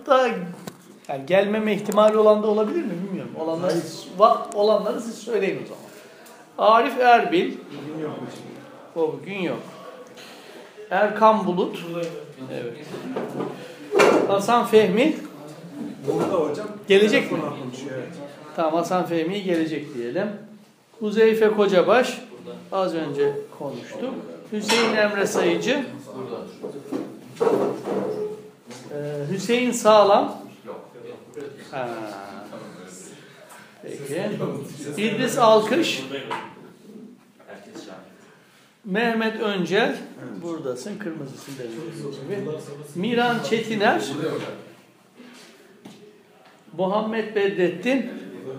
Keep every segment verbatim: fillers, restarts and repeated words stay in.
hatta yani gelmeme ihtimali olan da olabilir mi bilmiyorum. Olanları, olanları siz söyleyin o zaman. Arif Erbil. Bugün yok. O bugün yok. Erkan Bulut. Evet. Hasan Fehmi. Burada hocam. Gelecek mi? Evet. Tamam, Hasan Fehmi gelecek diyelim. Huzeyfe Kocabaş. Az önce konuştuk. Hüseyin Emre Sayıcı. Ee, Hüseyin Sağlam. Ha. Peki. İdris Alkış. Mehmet Öncel. Buradasın. Kırmızısın gibi. Miran Çetiner. Muhammed Bedrettin.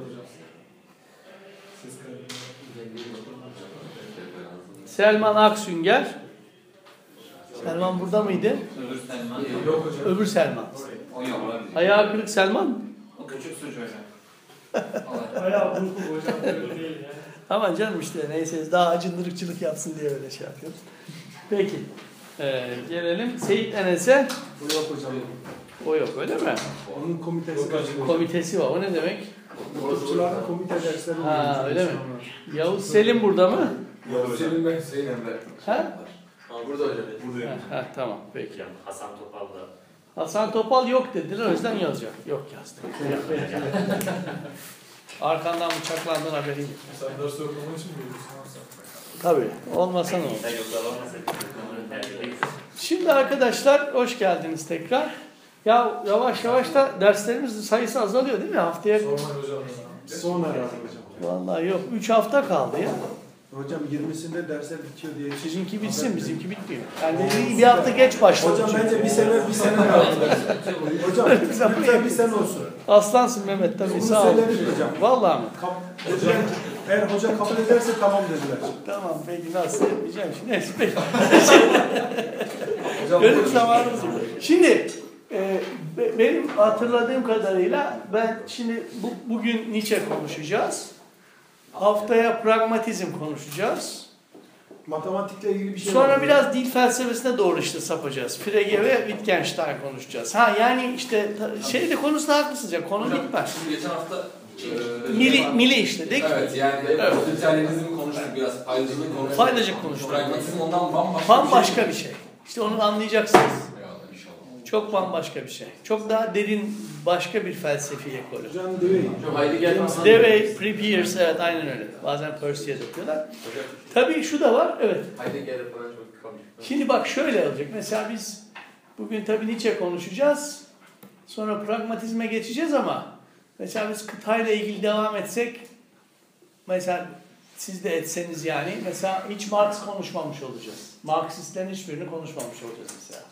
Selman Aksünger. Selman burada mıydı? Öbür Selman. Yok hocam. Öbür Selman. O yok. Ayağı kırık Selman. O küçük suç hocam. Bayağı buruk hocam. Öyle değil ya. Aman canım işte neyse daha acındırıkçılık yapsın diye öyle şey yapıyorum. Peki. Ee, gelelim Seyit Enes'e. Bu yok hocam. O yok öyle mi? Onun komitesi var. Komitesi var. O ne demek? Hukukçuların komite dersleri oluyor. Ha öyle mi? Yavuz Selim burada mı? Yavuz Selim Bey. Hüseyin Emre. Ha? Burada hocam. Ha, ha tamam peki. Hasan Topal'da. Hasan Topal yok dediler o yüzden yazacak. Yok yazdık. Arkandan bıçaklandın haberin yok. Sen ders okumak için mi diyorsun? Tabii. Olmasa ne olur? Sen yoksa alamazsın. Şimdi arkadaşlar hoş geldiniz tekrar. Ya yavaş yavaş da derslerimizin sayısı azalıyor değil mi? Haftaya Sorma hocam. Son herhalde hocam. vallahi yok. üç hafta kaldı ya. Hocam yirmisinde dersler bitiyor diye. Sizinki bitsin, bizimki bitmiyor. Yani bir hafta geç başladı. Hocam bence bir sene bir sene kaldı. Hocam lütfen bir sene olsun. Aslansın Mehmet tabii Bunu sağ ol. söyledik hocam. Vallahi mi? Kap, hocam, eğer hoca kabul ederse tamam dediler. Tamam peki nasıl yapacağım şimdi? Neyse peki. Hocam, Benim zamanımız yok. Şimdi e, be- benim hatırladığım kadarıyla ben şimdi bu, bugün Nietzsche konuşacağız. Haftaya pragmatizm konuşacağız. matematikle ilgili bir şey Sonra var. biraz dil felsefesine doğru işte sapacağız. Frege ve Wittgenstein konuşacağız. Ha yani işte ta- şeyde konusunda haklısınız ya. Konu Hocam, bitmez. Şimdi geçen hafta e, Mili, mili işte değil mi? Evet yani Evet. sosyalizmi konuştuk biraz, faydacılık konuştuk. Faydacılık konuştuk. Pragmatizm ondan bambaşka, Bambaşka bir şey. İşte onu anlayacaksınız. Eyvallah inşallah. Çok bambaşka bir şey. Çok daha derin başka bir felsefi ekolü. Hocam Dewey. Hocam Heidegger falan. Dewey, Prepeers, evet aynen öyle. Bazen Percy'ye yapıyorlar. Tabii şu da var, evet. Heidegger falan çok komik. Şimdi bak şöyle olacak. Mesela biz bugün tabii Nietzsche konuşacağız. Sonra pragmatizme geçeceğiz ama mesela biz kıtayla ilgili devam etsek mesela siz de etseniz yani mesela hiç Marx konuşmamış olacağız. Marksistlerin hiçbirini konuşmamış olacağız mesela.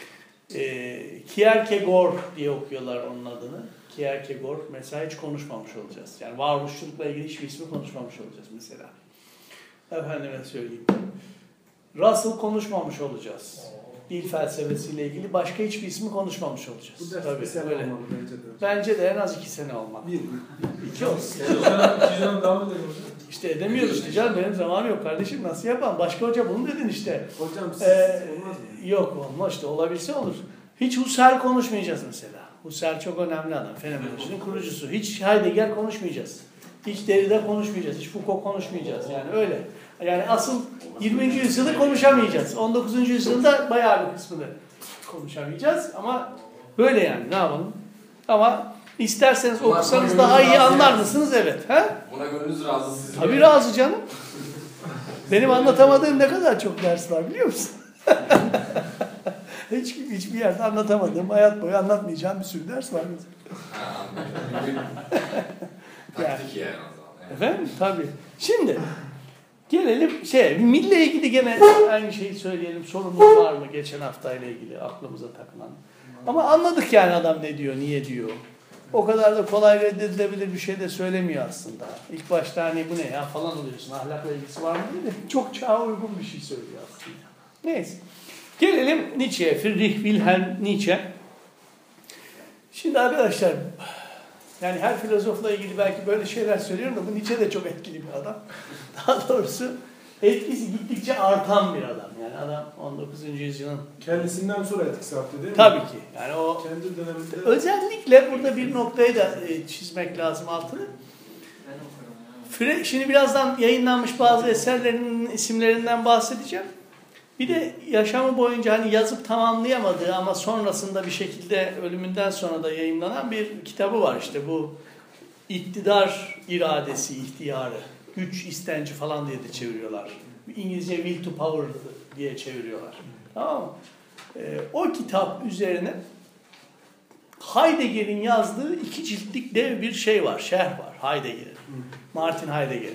Ee, Kierkegaard diye okuyorlar onun adını. Kierkegaard mesela hiç konuşmamış olacağız. Yani varoluşçulukla ilgili hiçbir ismi konuşmamış olacağız mesela. Efendime söyleyeyim. Russell konuşmamış olacağız. Dil felsefesiyle ilgili başka hiçbir ismi konuşmamış olacağız. Bu ders Tabii, bir sene öyle. olmalı bence de. Bence de en az iki sene olmalı. Bir. İki olsun. İki dönem devam edelim hocam. İşte edemiyoruz işte canım. Benim zamanım yok kardeşim. Nasıl yapalım? Başka hoca bunu dedin işte. Hocam siz Ee, olmaz mı? yok olmaz işte. Olabilse olur. Hiç Husserl konuşmayacağız mesela. Husserl çok önemli adam. Fenomenolojinin kurucusu. Hiç Heidegger konuşmayacağız. Hiç Derrida konuşmayacağız. Hiç Foucault konuşmayacağız. Yani öyle. Yani asıl yirminci yüzyılı konuşamayacağız. on dokuzuncu yüzyılda bayağı bir kısmını konuşamayacağız. Ama böyle yani. Ne yapalım? Ama isterseniz Bunlar okusanız buna daha iyi gönlünüz anlar razı mısınız? Evet. He? Buna gönlünüz razı siz. Tabii razı canım. Benim anlatamadığım ne kadar çok ders var biliyor musun? Hiç, hiçbir yerde anlatamadığım, hayat boyu anlatmayacağım bir sürü ders var. Ha, anladım. Taktik yani o zaman. Efendim? Tabii. Şimdi gelelim şey, mille ilgili gene aynı şeyi söyleyelim. Sorunuz var mı geçen haftayla ilgili aklımıza takılan? Ama anladık yani adam ne diyor, niye diyor. O kadar da kolay reddedilebilir bir şey de söylemiyor aslında. İlk başta hani bu ne ya falan oluyorsun. Ahlakla ilgisi var mı diye de çok çağa uygun bir şey söylüyor aslında. Neyse. Gelelim Nietzsche'ye. Friedrich Wilhelm Nietzsche. Şimdi arkadaşlar yani her filozofla ilgili belki böyle şeyler söylüyorum da bu Nietzsche de çok etkili bir adam. Daha doğrusu etkisi gittikçe artan bir adam. Yani adam on dokuzuncu yüzyılın. Kendisinden sonra etkisi arttı değil mi? Tabii ki. Yani o kendi döneminde. Özellikle burada bir noktayı da çizmek lazım altını. Şimdi birazdan yayınlanmış bazı eserlerinin isimlerinden bahsedeceğim. Bir de yaşamı boyunca hani yazıp tamamlayamadığı ama sonrasında bir şekilde ölümünden sonra da yayınlanan bir kitabı var işte bu iktidar iradesi, ihtiyarı, güç istenci falan diye de çeviriyorlar. İngilizce will to power diye çeviriyorlar. Tamam mı? Ee, o kitap üzerine Heidegger'in yazdığı iki ciltlik dev bir şey var, şerh var Heidegger'in. Martin Heidegger'in.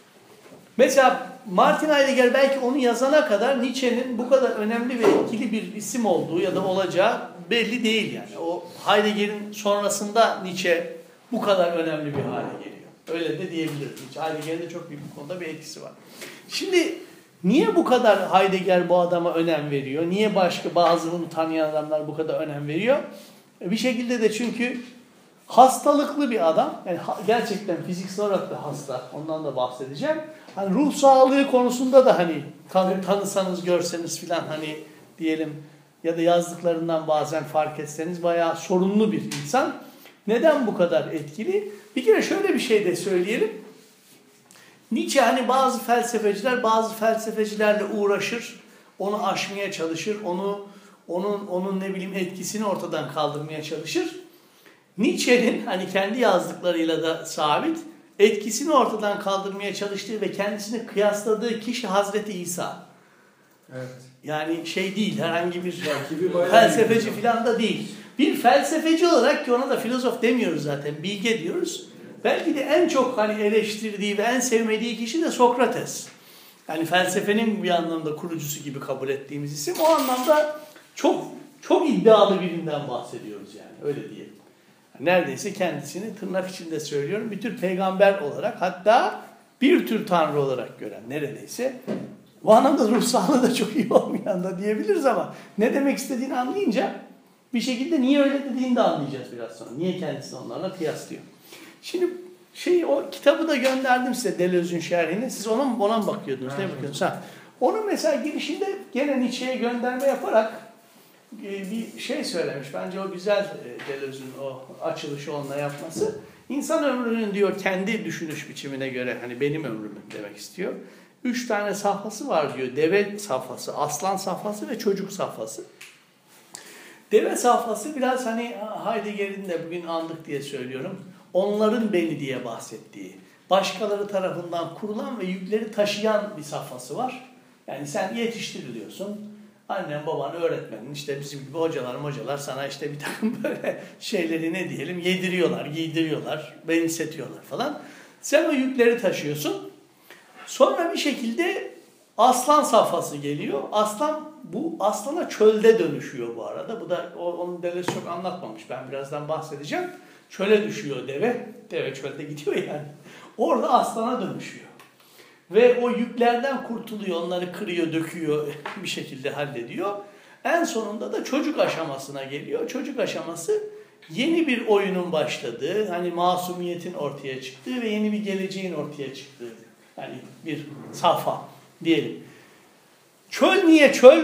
Mesela Martin Heidegger belki onu yazana kadar Nietzsche'nin bu kadar önemli ve etkili bir isim olduğu ya da olacağı belli değil yani. O Heidegger'in sonrasında Nietzsche bu kadar önemli bir hale geliyor. Öyle de diyebiliriz. Heidegger'in de çok büyük bir konuda bir etkisi var. Şimdi niye bu kadar Heidegger bu adama önem veriyor? Niye başka bazı bunu tanıyan adamlar bu kadar önem veriyor? Bir şekilde de çünkü hastalıklı bir adam. Yani gerçekten fiziksel olarak da hasta. Ondan da bahsedeceğim. Hani ruh sağlığı konusunda da hani tanı, tanısanız, görseniz filan hani diyelim ya da yazdıklarından bazen fark etseniz bayağı sorunlu bir insan. Neden bu kadar etkili? Bir kere şöyle bir şey de söyleyelim. Nietzsche hani bazı felsefeciler bazı felsefecilerle uğraşır, onu aşmaya çalışır, onu onun onun ne bileyim etkisini ortadan kaldırmaya çalışır. Nietzsche'nin hani kendi yazdıklarıyla da sabit etkisini ortadan kaldırmaya çalıştığı ve kendisini kıyasladığı kişi Hazreti İsa. Evet. Yani şey değil, herhangi bir felsefeci falan da değil. Bir felsefeci olarak ki ona da filozof demiyoruz zaten, bilge diyoruz. Belki de en çok hani eleştirdiği ve en sevmediği kişi de Sokrates. Yani felsefenin bir anlamda kurucusu gibi kabul ettiğimiz isim. O anlamda çok çok iddialı birinden bahsediyoruz yani, öyle diyelim. Neredeyse kendisini tırnak içinde söylüyorum bir tür peygamber olarak, hatta bir tür tanrı olarak gören, neredeyse. Bu anlamda ruh sağlığı da çok iyi olmayan da diyebiliriz ama ne demek istediğini anlayınca bir şekilde niye öyle dediğini de anlayacağız biraz sonra. Niye kendisini onlarla kıyaslıyor. Şimdi şey, o kitabı da gönderdim size, Deleuze'ün şerhini. Siz ona mı, ona mı bakıyordunuz? Ne bakıyordunuz? Ha. Onu mesela girişinde gene Nietzsche'ye gönderme yaparak bir şey söylemiş. Bence o güzel, Deleuze'ün o açılışı onunla yapması. İnsan ömrünün diyor kendi düşünüş biçimine göre, hani benim ömrümün demek istiyor. Üç tane safhası var diyor. Deve safhası, aslan safhası ve çocuk safhası. Deve safhası biraz hani Heidegger'in de bugün andık diye söylüyorum. Onların beni diye bahsettiği, başkaları tarafından kurulan ve yükleri taşıyan bir safhası var. Yani sen yetiştiriliyorsun. Annen, baban, öğretmenin, işte bizim gibi hocalar hocalar sana işte bir takım böyle şeyleri ne diyelim yediriyorlar, giydiriyorlar, benimsetiyorlar falan. Sen o yükleri taşıyorsun. Sonra bir şekilde aslan safhası geliyor. Aslan, bu aslana çölde dönüşüyor bu arada. Bu da onun Deleuze çok anlatmamış. Ben birazdan bahsedeceğim. Çöle düşüyor deve. Deve çölde gidiyor yani. Orada aslana dönüşüyor. Ve o yüklerden kurtuluyor. Onları kırıyor, döküyor, bir şekilde hallediyor. En sonunda da çocuk aşamasına geliyor. Çocuk aşaması yeni bir oyunun başladığı, hani masumiyetin ortaya çıktığı ve yeni bir geleceğin ortaya çıktığı. Yani bir safha diyelim. Çöl niye çöl?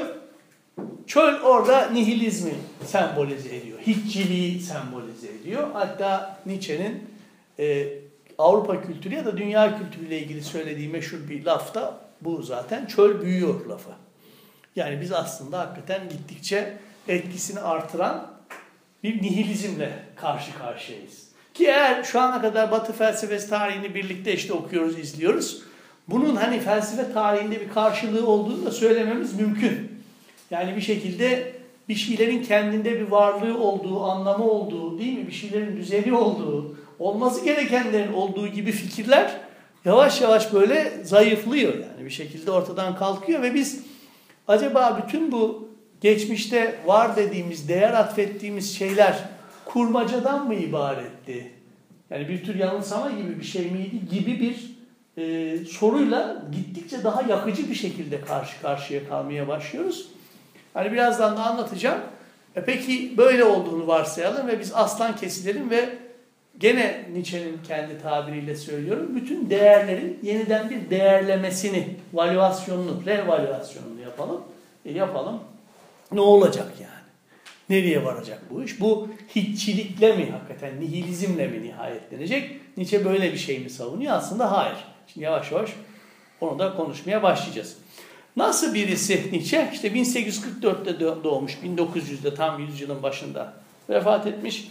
Çöl orada nihilizmi sembolize ediyor. Hiççiliği sembolize ediyor. Hatta Nietzsche'nin e, Avrupa kültürü ya da dünya kültürüyle ilgili söylediği meşhur bir laf da bu zaten. Çöl büyüyor lafı. Yani biz aslında hakikaten gittikçe etkisini artıran bir nihilizmle karşı karşıyayız. Ki eğer şu ana kadar Batı felsefesi tarihini birlikte işte okuyoruz, izliyoruz. Bunun hani felsefe tarihinde bir karşılığı olduğunu da söylememiz mümkün. Yani bir şekilde bir şeylerin kendinde bir varlığı olduğu, anlamı olduğu, değil mi? Bir şeylerin düzeni olduğu, olması gerekenlerin olduğu gibi fikirler yavaş yavaş böyle zayıflıyor. Yani bir şekilde ortadan kalkıyor ve biz acaba bütün bu geçmişte var dediğimiz, değer atfettiğimiz şeyler kurmacadan mı ibaretti? Yani bir tür yanılsama gibi bir şey miydi gibi bir e, soruyla gittikçe daha yakıcı bir şekilde karşı karşıya kalmaya başlıyoruz. Hani birazdan da anlatacağım. E peki böyle olduğunu varsayalım ve biz aslan kesilelim ve gene Nietzsche'nin kendi tabiriyle söylüyorum, bütün değerlerin yeniden bir değerlemesini, valüasyonunu, revalüasyonunu yapalım. E yapalım. Ne olacak yani? Nereye varacak bu iş? Bu hiççilikle mi hakikaten, nihilizmle mi nihayetlenecek? Nietzsche böyle bir şey mi savunuyor? Aslında hayır. Şimdi yavaş yavaş onu da konuşmaya başlayacağız. Nasıl birisi Nietzsche? İşte bin sekiz yüz kırk dörtte doğmuş, bin dokuz yüzde tam yüzyılın başında vefat etmiş.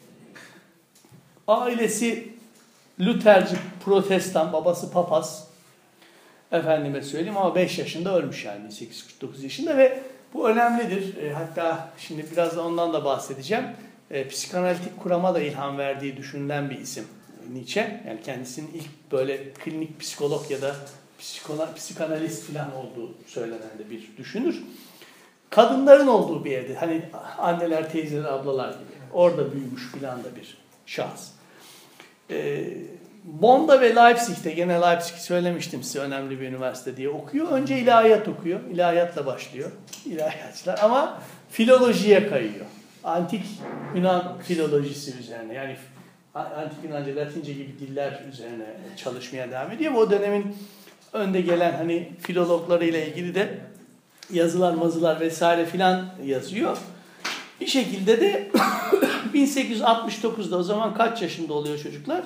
Ailesi Lutherci, Protestan, babası papaz. Efendime söyleyeyim ama beş yaşında ölmüş yani bin sekiz yüz kırk dokuz yaşında ve bu önemlidir. E, hatta şimdi biraz da ondan da bahsedeceğim. E, psikanalitik kurama da ilham verdiği düşünülen bir isim Nietzsche. Yani kendisinin ilk böyle klinik psikolog ya da psikona, psikanalist falan olduğu söylenen de bir düşünür. Kadınların olduğu bir evde. Hani anneler, teyzeler, ablalar gibi. Orada büyümüş falan da bir şahıs. E, Bonn'da ve Leipzig'te, gene Leipzig'i söylemiştim size, önemli bir üniversite diye okuyor. Önce ilahiyat okuyor. İlahiyatla başlıyor. İlahiyatçılar ama filolojiye kayıyor. Antik Yunan filolojisi üzerine. Yani Antik Yunanca, Latince gibi diller üzerine çalışmaya devam ediyor. O dönemin önde gelen hani filologlarıyla ilgili de yazılar, mazılar vesaire filan yazıyor. Bir şekilde de bin sekiz yüz altmış dokuzda, o zaman kaç yaşında oluyor çocuklar?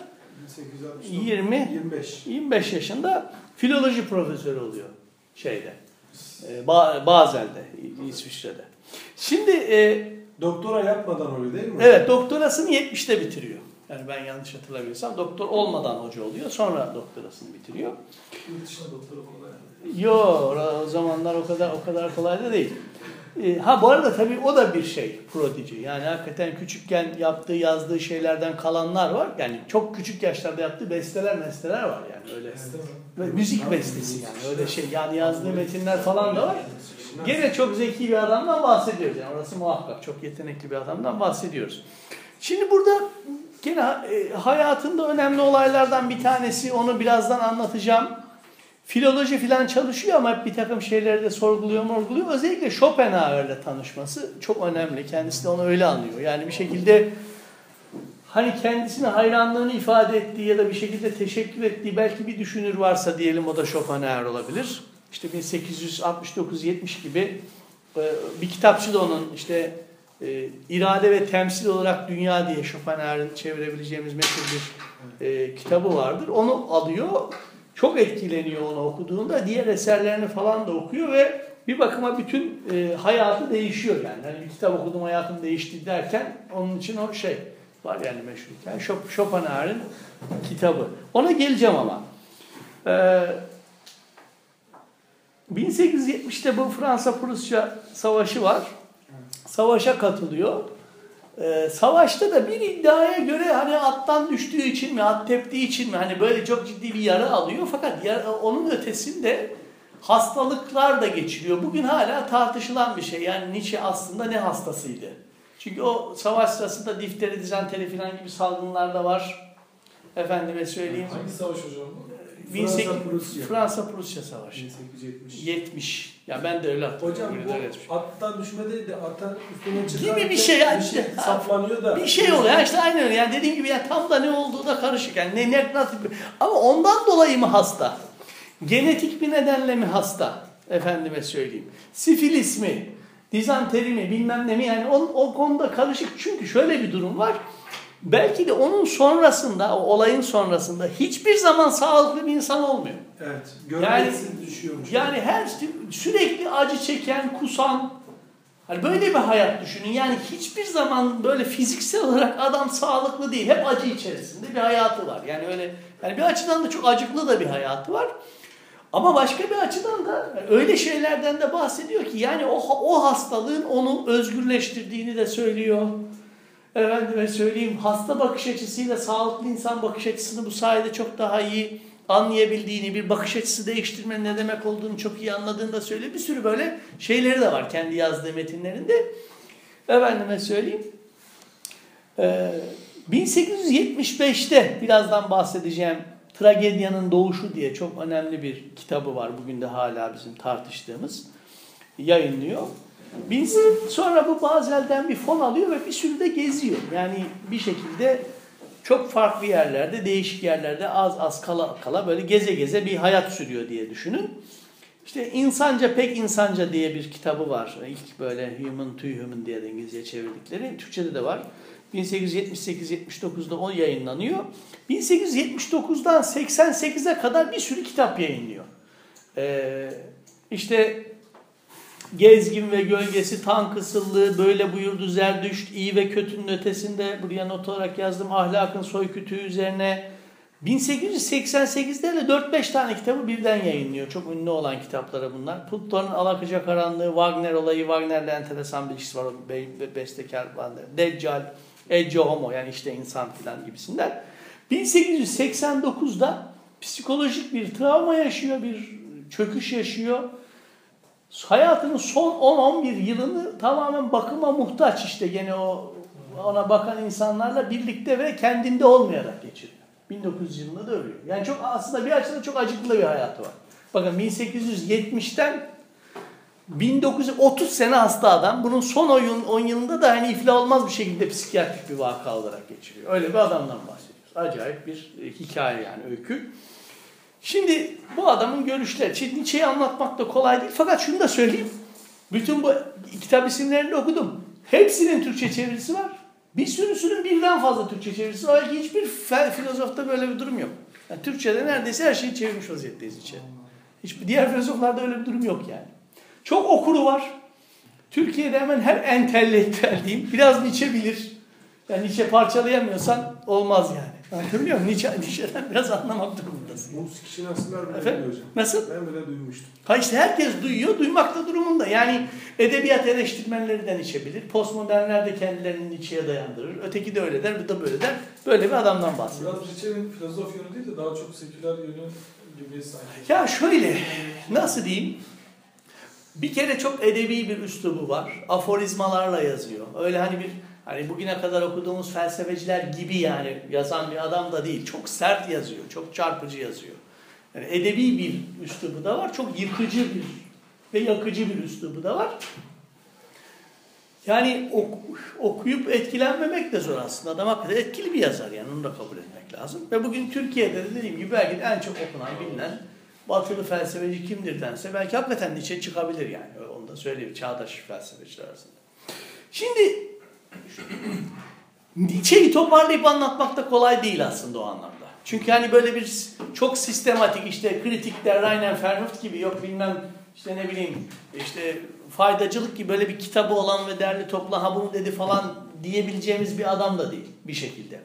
yirmi, yirmi beş. yirmi beş yaşında filoloji profesörü oluyor şeyde. E, Basel'de, İsviçre'de. Şimdi e, doktora yapmadan oluyor değil mi? Evet, doktorasını yetmişte bitiriyor. Yani ben yanlış hatırlamıyorsam doktor olmadan hoca oluyor. Sonra doktorasını bitiriyor. Yurt dışında doktora kolay. Yok, o zamanlar o kadar o kadar kolay da değil. E, ha bu arada tabii o da bir şey, prodigy. Yani hakikaten küçükken yaptığı, yazdığı şeylerden kalanlar var. Yani çok küçük yaşlarda yaptığı besteler, mesleler var yani öyle. Evet. Müzik bestesi yani öyle şey. Yani yazdığı metinler falan da var. Gene çok zeki bir adamdan bahsediyoruz. Yani orası muhakkak çok yetenekli bir adamdan bahsediyoruz. Şimdi burada gene e, hayatında önemli olaylardan bir tanesi, onu birazdan anlatacağım. Filoloji falan çalışıyor ama hep bir takım şeyleri de sorguluyor, morguluyor. Özellikle Schopenhauer'le tanışması çok önemli. Kendisi de onu öyle anlıyor. Yani bir şekilde hani kendisine hayranlığını ifade ettiği ya da bir şekilde teşekkür ettiği belki bir düşünür varsa diyelim, o da Schopenhauer olabilir. İşte bin sekiz yüz altmış dokuz yetmiş gibi bir kitapçı da onun işte İrade ve Temsil olarak Dünya diye Schopenhauer'ın çevirebileceğimiz meşhur bir kitabı vardır. Onu alıyor. Çok etkileniyor onu okuduğunda. Diğer eserlerini falan da okuyor ve bir bakıma bütün e, hayatı değişiyor yani. Hani bir kitap okudum hayatım değişti derken onun için o şey var yani meşhur. Yani Schopenhauer'ın kitabı. Ona geleceğim ama. Ee, bin sekiz yüz yetmişte bu Fransa-Prusya savaşı var. Savaşa katılıyor. Ee, savaşta da bir iddiaya göre hani attan düştüğü için mi, at teptiği için mi, hani böyle çok ciddi bir yara alıyor. Fakat yara, onun ötesinde hastalıklar da geçiriyor. Bugün hala tartışılan bir şey. Yani Nietzsche aslında ne hastasıydı? Çünkü o savaş sırasında difteri, dizanteri falan gibi salgınlar da var. Efendime söyleyeyim. Hangi savaş hocam bu? Fransa-Prusya Fransa-Prusya Savaşı. bin sekiz yüz yetmiş. yetmiş. Ya ben de öyle hatırlıyorum. Hocam bu attan düşme değil de attan üstüne çıkarken gibi bir şey yani. Bir şey saplanıyor da. Bir şey oluyor. Yani işte aynen öyle. Yani dediğim gibi yani tam da ne olduğu da karışık. Yani ne, ne nasıl bir... Ama ondan dolayı mı hasta? Genetik bir nedenle mi hasta? Efendime söyleyeyim. Sifilis mi? Dizanteri mi? Bilmem ne mi? Yani o, o konuda karışık. Çünkü şöyle bir durum var. Belki de onun sonrasında, o olayın sonrasında hiçbir zaman sağlıklı bir insan olmuyor. Evet. Yani, düşüyormuş. yani her sürekli acı çeken, kusan, hani böyle bir hayat düşünün. Yani hiçbir zaman böyle fiziksel olarak adam sağlıklı değil. Hep acı içerisinde bir hayatı var. Yani öyle, yani bir açıdan da çok acıklı da bir hayatı var. Ama başka bir açıdan da öyle şeylerden de bahsediyor ki yani o, o hastalığın onu özgürleştirdiğini de söylüyor. Efendime söyleyeyim, hasta bakış açısıyla sağlıklı insan bakış açısını bu sayede çok daha iyi anlayabildiğini, bir bakış açısı değiştirmenin ne demek olduğunu çok iyi anladığını da söylüyor. Bir sürü böyle şeyleri de var kendi yazdığı metinlerinde. Efendime söyleyeyim. Ee, bin sekiz yüz yetmiş beşte birazdan bahsedeceğim Tragedyanın Doğuşu diye çok önemli bir kitabı var. Bugün de hala bizim tartıştığımız. Yayınlıyor. Sonra bu Basel'den bir fon alıyor ve bir sürü de geziyor. Yani bir şekilde çok farklı yerlerde, değişik yerlerde az az kala kala böyle geze geze bir hayat sürüyor diye düşünün. İşte insanca pek insanca diye bir kitabı var. İlk böyle Human to Human diye de İngilizce çevirdikleri. Türkçe'de de var. bin sekiz yüz yetmiş sekiz yetmiş dokuzda o yayınlanıyor. bin sekiz yüz yetmiş dokuzdan seksen sekize kadar bir sürü kitap yayınlıyor. Ee, işte Gezgin ve Gölgesi, Tan Kısıllığı, Böyle Buyurdu Zerdüşt, İyi ve Kötünün Ötesinde, buraya not olarak yazdım, Ahlakın Soykütüğü üzerine. bin sekiz yüz seksen sekizde de dört beş tane kitabı birden yayınlıyor. Çok ünlü olan kitapları bunlar. Plutton'un Alakıca Karanlığı, Wagner olayı, Wagner'le enteresan bir ilişkisi var. O be, be, bestekar bandı. Deccal, Ecce Homo, yani işte insan filan gibisinden. bin sekiz yüz seksen dokuzda psikolojik bir travma yaşıyor, bir çöküş yaşıyor. Hayatının son on on bir yılını tamamen bakıma muhtaç, işte gene o ona bakan insanlarla birlikte ve kendinde olmayarak geçiriyor. bin dokuz yüz yılında da ölüyor. Yani çok aslında bir açıdan çok acıklı bir hayatı var. Bakın bin sekiz yüz yetmişten bin dokuz yüz otuz sene hasta adam. Bunun son on yılında da hani iflah olmaz bir şekilde psikiyatrik bir vaka olarak geçiriyor. Öyle bir adamdan bahsediyoruz. Acayip bir hikaye yani, öykü. Şimdi bu adamın görüşleri. Şimdi Nietzsche'yi anlatmak da kolay değil. Fakat şunu da söyleyeyim. Bütün bu kitap isimlerini okudum. Hepsinin Türkçe çevirisi var. Bir sürüsünün birden fazla Türkçe çevirisi var. Hiçbir filozofta böyle bir durum yok. Yani Türkçe'de neredeyse her şeyi çevirmiş vaziyetteyiz içeri. Hiçbir diğer filozoflarda öyle bir durum yok yani. Çok okuru var. Türkiye'de hemen her entelektüel diyeyim biraz Nietzsche bilir. Yani Nietzsche parçalayamıyorsan olmaz yani. Anlatabiliyor muyum? Nietzsche, Nietzsche'den biraz anlamak durumundasın. Musik işini asırlar bile Efendim? biliyor hocam. Nasıl? Ben bile duymuştum. Ha işte herkes duyuyor, duymakta durumunda. Yani edebiyat eleştirmenleri de Nietzsche bilir. Postmodernler de kendilerini Nietzsche'ye dayandırır. Öteki de öyle der, bu da böyle der. Böyle bir adamdan bahsediyoruz. Biraz Nietzsche'nin filozof yönü değil de daha çok seküler yönü gibi sanki. Ya şöyle, nasıl diyeyim? Bir kere çok edebi bir üslubu var. Aforizmalarla yazıyor. Öyle hani bir hani bugüne kadar okuduğumuz felsefeciler gibi yani yazan bir adam da değil. Çok sert yazıyor, çok çarpıcı yazıyor. Yani edebi bir üslubu da var. Çok yıkıcı bir ve yakıcı bir üslubu da var. Yani ok, okuyup etkilenmemek de zor aslında. Adam hakikaten etkili bir yazar yani, onu da kabul etmek lazım. Ve bugün Türkiye'de de dediğim gibi belki de en çok okunan, bilinen batılı felsefeci kimdir dense belki hakikaten Nietzsche çıkabilir yani. Onu da söyleyeyim, çağdaş felsefeciler arasında. Şimdi Nietzsche'yi toparlayıp anlatmak da kolay değil aslında o anlamda. Çünkü hani böyle bir çok sistematik işte kritikler, Rainer Vernunft gibi, yok bilmem işte ne bileyim işte faydacılık gibi böyle bir kitabı olan ve derli topla ha bunu dedi falan diyebileceğimiz bir adam da değil bir şekilde.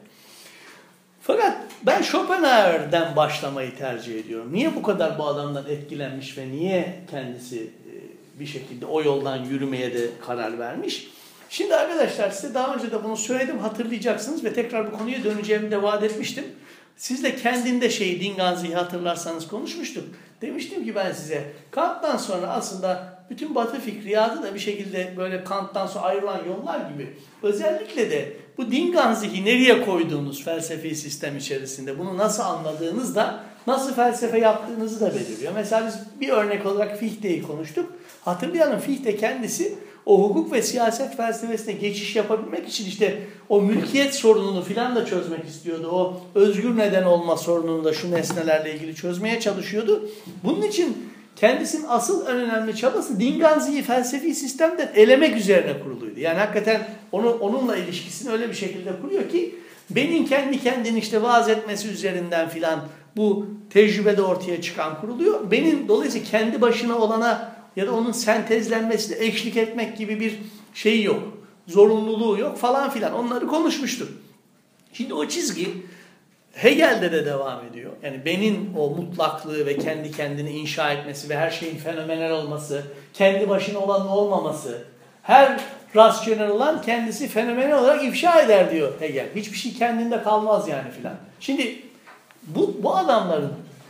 Fakat ben Schopenhauer'den başlamayı tercih ediyorum. Niye bu kadar bu adamdan etkilenmiş ve niye kendisi bir şekilde o yoldan yürümeye de karar vermiş? Şimdi arkadaşlar size daha önce de bunu söyledim, hatırlayacaksınız ve tekrar bu konuya döneceğimi de vaat etmiştim. Sizle kendinde şeyi, Dinganzi'yi hatırlarsanız konuşmuştuk. Demiştim ki ben size Kant'tan sonra aslında bütün Batı fikriyatı da bir şekilde böyle Kant'tan sonra ayrılan yollar gibi. Özellikle de bu Dinganzi'yi nereye koyduğunuz felsefi sistem içerisinde, bunu nasıl anladığınız da nasıl felsefe yaptığınızı da belirliyor. Mesela biz bir örnek olarak Fichte'yi konuştuk. Hatırlayalım, Fichte kendisi o hukuk ve siyaset felsefesine geçiş yapabilmek için işte o mülkiyet sorununu filan da çözmek istiyordu. O özgür neden olma sorununu da şu nesnelerle ilgili çözmeye çalışıyordu. Bunun için kendisinin asıl en önemli çabası Dinganzi'yi felsefi sistemden elemek üzerine kuruluydu. Yani hakikaten onu, onunla ilişkisini öyle bir şekilde kuruyor ki benim kendi kendini işte vaaz etmesi üzerinden filan bu tecrübede ortaya çıkan kuruluyor. Benim dolayısıyla kendi başına olana ya da onun sentezlenmesine eşlik etmek gibi bir şeyi yok. Zorunluluğu yok falan filan. Onları konuşmuştuk. Şimdi o çizgi Hegel'de de devam ediyor. Yani benin o mutlaklığı ve kendi kendini inşa etmesi ve her şeyin fenomenal olması, kendi başına olanın olmaması, her rasyonel olan kendisi fenomenal olarak ifşa eder diyor Hegel. Hiçbir şey kendinde kalmaz yani filan. Şimdi bu, bu adamların,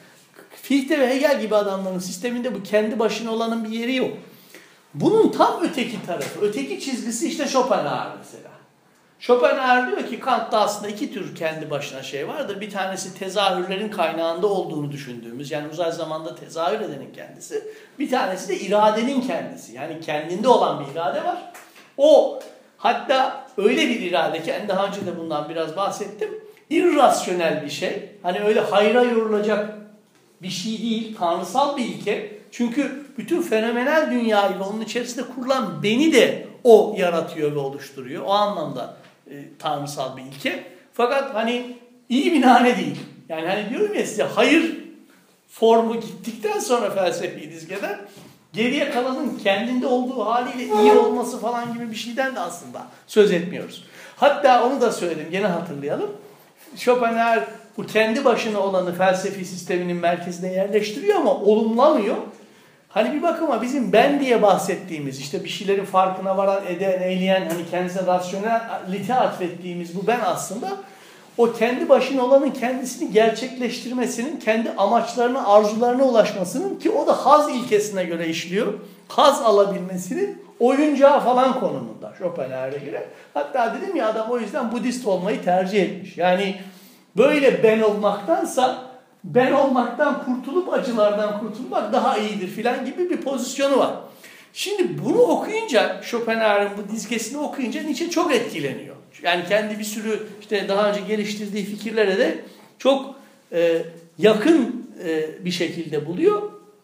Fichte ve Hegel gibi adamların sisteminde bu kendi başına olanın bir yeri yok. Bunun tam öteki tarafı, öteki çizgisi işte Schopenhauer mesela. Schopenhauer diyor ki Kant'ta aslında iki tür kendi başına şey vardır. Bir tanesi tezahürlerin kaynağında olduğunu düşündüğümüz, yani uzay zamanda tezahür edenin kendisi. Bir tanesi de iradenin kendisi. Yani kendinde olan bir irade var. O hatta öyle bir irade ki, yani daha önce de bundan biraz bahsettim. İrrasyonel bir şey. Hani öyle hayra yorulacak bir şey değil, tanrısal bir ilke. Çünkü bütün fenomenal dünyayı ve onun içerisinde kurulan beni de o yaratıyor ve oluşturuyor. O anlamda e, tanrısal bir ilke. Fakat hani iyi bir nane değil. Yani hani diyorum ya size hayır formu gittikten sonra felsefi dizgeden geriye kalanın kendinde olduğu haliyle iyi olması falan gibi bir şeyden de aslında söz etmiyoruz. Hatta onu da söyledim, gene hatırlayalım. Schopenhauer bu kendi başına olanı felsefi sisteminin merkezine yerleştiriyor ama olumlamıyor. Hani bir bakıma bizim ben diye bahsettiğimiz, işte bir şeylerin farkına varan, eden, eyleyen, hani kendisine rasyonelite atfettiğimiz bu ben aslında o kendi başına olanın kendisini gerçekleştirmesinin, kendi amaçlarına, arzularına ulaşmasının, ki o da haz ilkesine göre işliyor, haz alabilmesinin oyuncağı falan konumunda Schopenhauer'e göre. Hatta dedim ya, adam o yüzden Budist olmayı tercih etmiş. Yani böyle ben olmaktansa ben olmaktan kurtulup acılardan kurtulmak daha iyidir filan gibi bir pozisyonu var. Şimdi bunu okuyunca, Schopenhauer'in bu dizgesini okuyunca Nietzsche çok etkileniyor. Yani kendi bir sürü işte daha önce geliştirdiği fikirlere de çok e, yakın e, bir şekilde buluyor.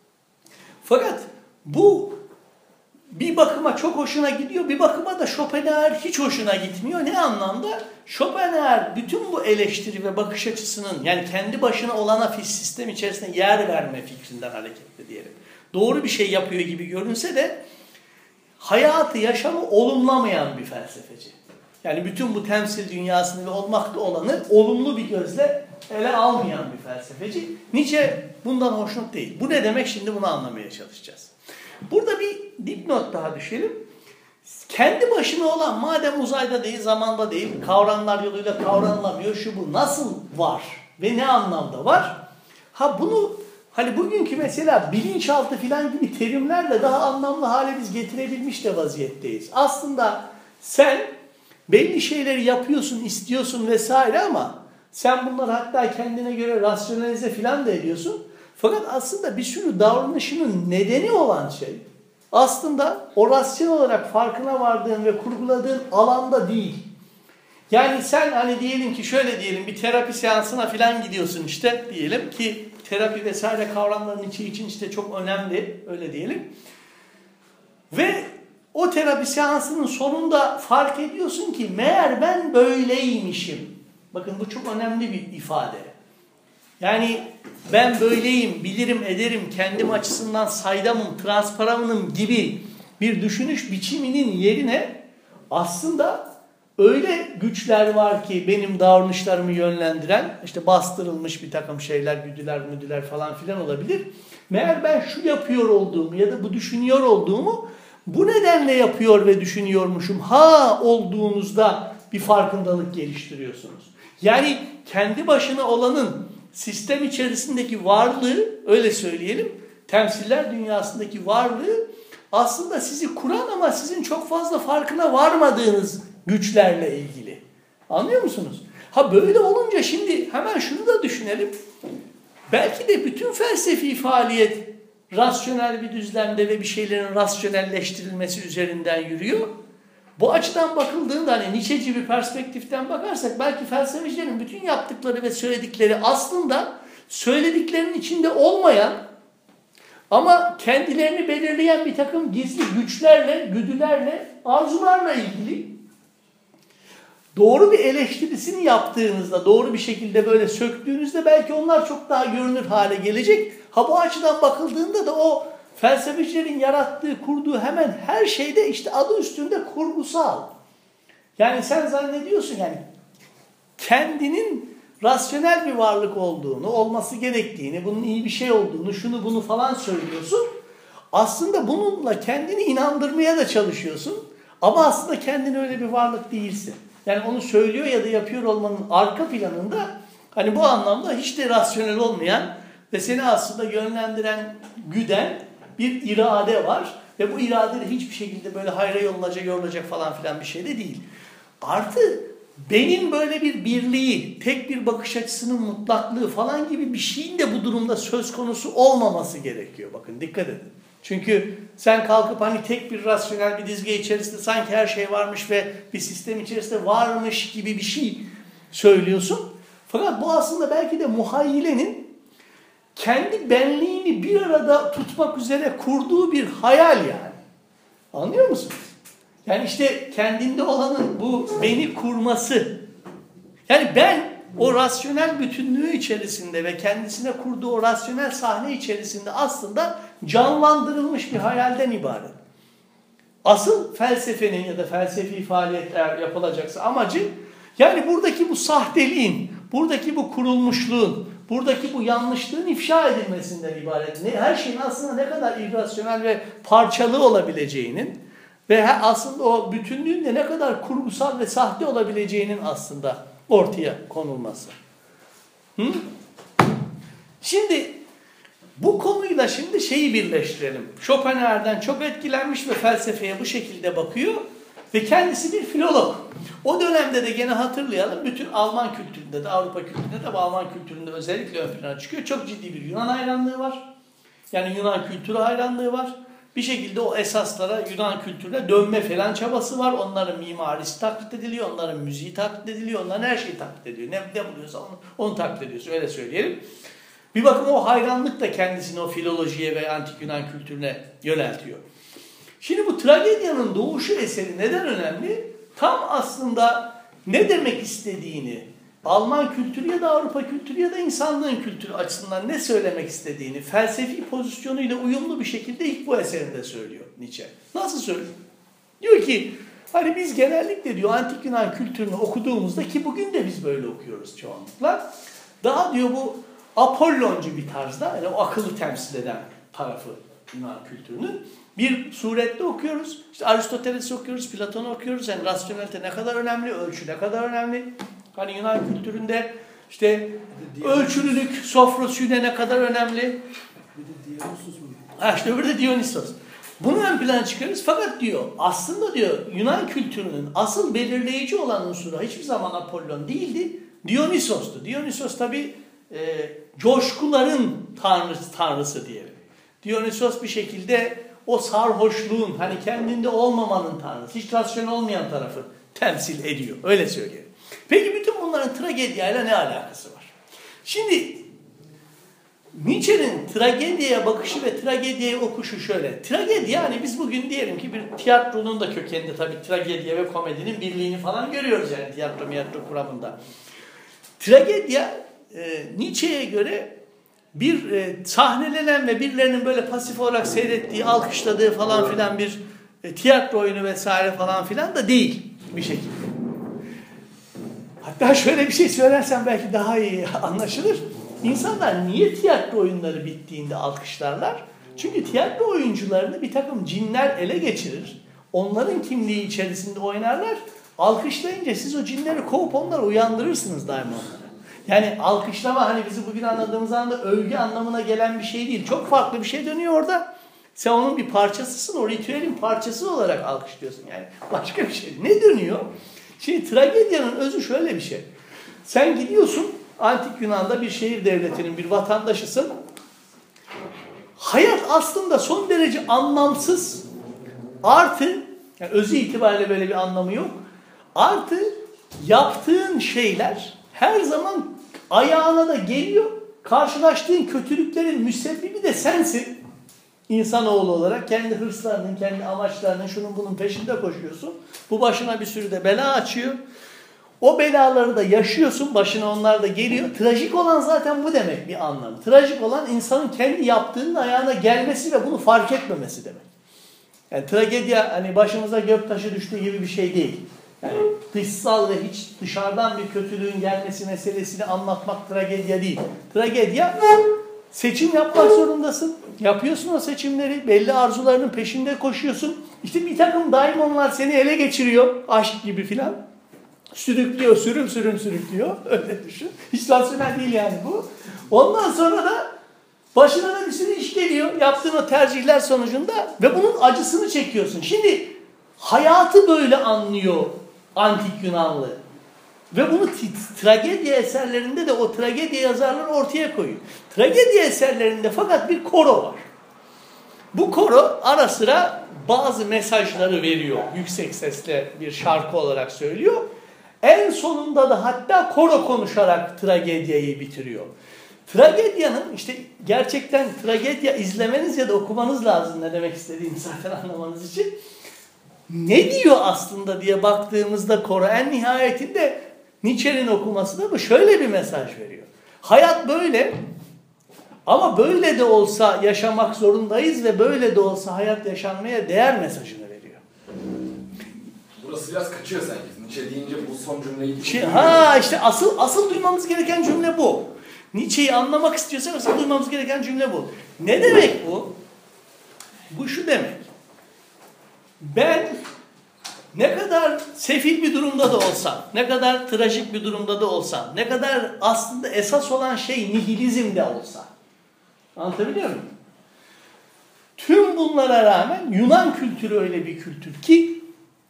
Fakat bu bir bakıma çok hoşuna gidiyor, bir bakıma da Schopenhauer hiç hoşuna gitmiyor. Ne anlamda? Schopenhauer bütün bu eleştiri ve bakış açısının, yani kendi başına olana sistem içerisinde yer verme fikrinden hareketle diyelim, doğru bir şey yapıyor gibi görünse de hayatı, yaşamı olumlamayan bir felsefeci. Yani bütün bu temsil dünyasını ve olmakta olanı olumlu bir gözle ele almayan bir felsefeci. Nietzsche bundan hoşnut değil. Bu ne demek? Şimdi bunu anlamaya çalışacağız. Burada bir dipnot daha düşelim. Kendi başına olan, madem uzayda değil, zamanda değil, kavramlar yoluyla kavranılamıyor, şu bu nasıl var ve ne anlamda var? Ha bunu hani bugünkü mesela bilinçaltı filan gibi terimlerle daha anlamlı hale biz getirebilmiş de vaziyetteyiz. Aslında sen belli şeyleri yapıyorsun, istiyorsun vesaire ama sen bunları hatta kendine göre rasyonalize filan da ediyorsun. Fakat aslında bir sürü davranışının nedeni olan şey aslında o rasyonel olarak farkına vardığın ve kurguladığın alanda değil. Yani sen hani diyelim ki şöyle diyelim, bir terapi seansına filan gidiyorsun işte diyelim ki terapi vesaire kavramların içi için işte çok önemli, öyle diyelim. Ve o terapi seansının sonunda fark ediyorsun ki meğer ben böyleymişim. Bakın bu çok önemli bir ifade. Yani ben böyleyim, bilirim, ederim, kendim açısından saydamım, transparanım gibi bir düşünüş biçiminin yerine aslında öyle güçler var ki benim davranışlarımı yönlendiren, işte bastırılmış bir takım şeyler, güdüler, müdüler falan filan olabilir. Meğer ben şu yapıyor olduğumu ya da bu düşünüyor olduğumu bu nedenle yapıyor ve düşünüyormuşum ha olduğunuzda bir farkındalık geliştiriyorsunuz. Yani kendi başına olanın sistem içerisindeki varlığı, öyle söyleyelim, temsiller dünyasındaki varlığı aslında sizi kuran ama sizin çok fazla farkına varmadığınız güçlerle ilgili. Anlıyor musunuz? Ha böyle olunca şimdi hemen şunu da düşünelim. Belki de bütün felsefi faaliyet rasyonel bir düzlemde ve bir şeylerin rasyonelleştirilmesi üzerinden yürüyor. Bu açıdan bakıldığında hani Nietzsche'ci bir perspektiften bakarsak belki felsefecilerin bütün yaptıkları ve söyledikleri aslında söylediklerinin içinde olmayan ama kendilerini belirleyen bir takım gizli güçlerle, güdülerle, arzularla ilgili. Doğru bir eleştirisini yaptığınızda, doğru bir şekilde böyle söktüğünüzde belki onlar çok daha görünür hale gelecek. Ha bu açıdan bakıldığında da o felsefecilerin yarattığı, kurduğu hemen her şeyde işte adı üstünde kurgusal. Yani sen zannediyorsun yani kendinin rasyonel bir varlık olduğunu, olması gerektiğini, bunun iyi bir şey olduğunu, şunu bunu falan söylüyorsun. Aslında bununla kendini inandırmaya da çalışıyorsun. Ama aslında kendin öyle bir varlık değilsin. Yani onu söylüyor ya da yapıyor olmanın arka planında hani bu anlamda hiç de rasyonel olmayan ve seni aslında yönlendiren, güden bir irade var. Ve bu irade de hiçbir şekilde böyle hayra yolunacak, yorulacak falan filan bir şey de değil. Artı benim böyle bir birliği, tek bir bakış açısının mutlaklığı falan gibi bir şeyin de bu durumda söz konusu olmaması gerekiyor. Bakın dikkat edin. Çünkü sen kalkıp hani tek bir rasyonel bir dizge içerisinde sanki her şey varmış ve bir sistem içerisinde varmış gibi bir şey söylüyorsun. Fakat bu aslında belki de muhayyilenin kendi benliğini bir arada tutmak üzere kurduğu bir hayal yani. Anlıyor musunuz? Yani işte kendinde olanın bu beni kurması. Yani ben o rasyonel bütünlüğü içerisinde ve kendisine kurduğu o rasyonel sahne içerisinde aslında canlandırılmış bir hayalden ibaret. Asıl felsefenin ya da felsefi faaliyetler yapılacaksa amacı yani buradaki bu sahteliğin, buradaki bu kurulmuşluğun, buradaki bu yanlışlığın ifşa edilmesinden ibaret. Ne, her şeyin aslında ne kadar irrasyonel ve parçalı olabileceğinin ve aslında o bütünlüğün de ne kadar kurgusal ve sahte olabileceğinin aslında ortaya konulması. Hı? Şimdi bu konuyla şimdi şeyi birleştirelim. Schopenhauer'den çok etkilenmiş ve felsefeye bu şekilde bakıyor ve kendisi bir filolog. O dönemde de gene hatırlayalım, bütün Alman kültüründe de Avrupa kültüründe de Alman kültüründe özellikle ön plana çıkıyor. Çok ciddi bir Yunan hayranlığı var. Yani Yunan kültürü hayranlığı var. Bir şekilde o esaslara, Yunan kültürüne dönme falan çabası var. Onların mimarisi taklit ediliyor, onların müziği taklit ediliyor, onların her şeyi taklit ediyor. Ne, ne buluyorsa onu, onu taklit ediyorsun, öyle söyleyelim. Bir bakıma o hayranlık da kendisini o filolojiye ve antik Yunan kültürüne yöneltiyor. Şimdi bu tragedyanın doğuşu eseri neden önemli? Tam aslında ne demek istediğini, Alman kültürü ya da Avrupa kültürü ya da insanlığın kültürü açısından ne söylemek istediğini felsefi pozisyonuyla uyumlu bir şekilde ilk bu eserinde söylüyor Nietzsche. Nasıl söylüyor? Diyor ki hani biz genellikle diyor antik Yunan kültürünü okuduğumuzda ki bugün de biz böyle okuyoruz çoğunlukla. Daha diyor bu Apolloncu bir tarzda yani o akıllı temsil eden tarafı Yunan kültürünün bir surette okuyoruz. İşte Aristoteles'i okuyoruz, Platon'u okuyoruz. Yani rasyonelite ne kadar önemli, ölçü ne kadar önemli. Hani Yunan kültüründe işte ölçülülük, sofrosüne ne kadar önemli. Bir de Dionysos mu? Ha işte öbürü de Dionysos. Bunu ön plana çıkarırız. Fakat diyor aslında diyor Yunan kültürünün asıl belirleyici olan unsuru hiçbir zaman Apollon değildi. Dionysos'tu. Dionysos tabi e, coşkuların tanrısı, tanrısı diyelim. Dionysos bir şekilde o sarhoşluğun hani kendinde olmamanın tanrısı, hiç rasyonel olmayan tarafı temsil ediyor. Öyle söyleyelim. Peki bütün bunların tragedyayla ne alakası var? Şimdi Nietzsche'nin tragediye bakışı ve tragediye okuşu şöyle. Tragedya hani biz bugün diyelim ki bir tiyatronun da kökeninde tabii tragedya ve komedinin birliğini falan görüyoruz yani tiyatro miyatro kuramında. Tragedya e, Nietzsche'ye göre bir e, sahnelenen ve birilerinin böyle pasif olarak seyrettiği, alkışladığı falan filan bir e, tiyatro oyunu vesaire falan filan da değil bir şekilde. Hatta şöyle bir şey söylersem belki daha iyi anlaşılır. İnsanlar niye tiyatro oyunları bittiğinde alkışlarlar? Çünkü tiyatro oyuncularını bir takım cinler ele geçirir. Onların kimliği içerisinde oynarlar. Alkışlayınca siz o cinleri kovup onları uyandırırsınız daima onlara. Yani alkışlama hani bizi bugün anladığımız anda övgü anlamına gelen bir şey değil. Çok farklı bir şey dönüyor orada. Sen onun bir parçasısın. O ritüelin parçası olarak alkışlıyorsun. Yani başka bir şey. Ne dönüyor? Şimdi tragedyanın özü şöyle bir şey. Sen gidiyorsun antik Yunan'da bir şehir devletinin bir vatandaşısın. Hayat aslında son derece anlamsız. Artı, yani özü itibariyle böyle bir anlamı yok. Artı yaptığın şeyler her zaman ayağına da geliyor. Karşılaştığın kötülüklerin müsebbibi de sensin. İnsanoğlu olarak kendi hırslarının, kendi amaçlarının, şunun bunun peşinde koşuyorsun. Bu başına bir sürü de bela açıyor. O belaları da yaşıyorsun, başına onlar da geliyor. Trajik olan zaten bu demek bir anlam. Trajik olan insanın kendi yaptığının ayağına gelmesi ve bunu fark etmemesi demek. Yani tragedya hani başımıza göktaşı düştüğü gibi bir şey değil. Yani dışsal ve hiç dışarıdan bir kötülüğün gelmesi meselesini anlatmak tragedya değil. Tragedya seçim yapmak zorundasın. Yapıyorsun o seçimleri. Belli arzularının peşinde koşuyorsun. İşte bir takım daimonlar seni ele geçiriyor. Aşk gibi filan. Sürüklüyor, sürüm sürüm sürüklüyor. Öyle düşün. Hiç rasyonel değil yani bu. Ondan sonra da başına da bir sürü iş geliyor. Yaptığın o tercihler sonucunda ve bunun acısını çekiyorsun. Şimdi hayatı böyle anlıyor antik Yunanlı. Ve bunu tragedya eserlerinde de o tragedya yazarları ortaya koyuyor. Tragedya eserlerinde fakat bir koro var. Bu koro ara sıra bazı mesajları veriyor. Yüksek sesle bir şarkı olarak söylüyor. En sonunda da hatta koro konuşarak tragediyi bitiriyor. Tragedyanın işte gerçekten tragedya izlemeniz ya da okumanız lazım ne demek istediğini zaten anlamanız için. Ne diyor aslında diye baktığımızda konu en nihayetinde Nietzsche'nin okuması da bu şöyle bir mesaj veriyor. Hayat böyle ama böyle de olsa yaşamak zorundayız ve böyle de olsa hayat yaşanmaya değer mesajını veriyor. Burası biraz kaçıyor sanki. Nietzsche deyince bu son cümleyi... Şey, ha işte asıl asıl duymamız gereken cümle bu. Nietzsche'yi anlamak istiyorsak asıl duymamız gereken cümle bu. Ne demek bu? Bu şu demek. Ben ne kadar sefil bir durumda da olsam, ne kadar trajik bir durumda da olsam, ne kadar aslında esas olan şey nihilizm de olsa. Anlatabiliyor muyum? Tüm bunlara rağmen Yunan kültürü öyle bir kültür ki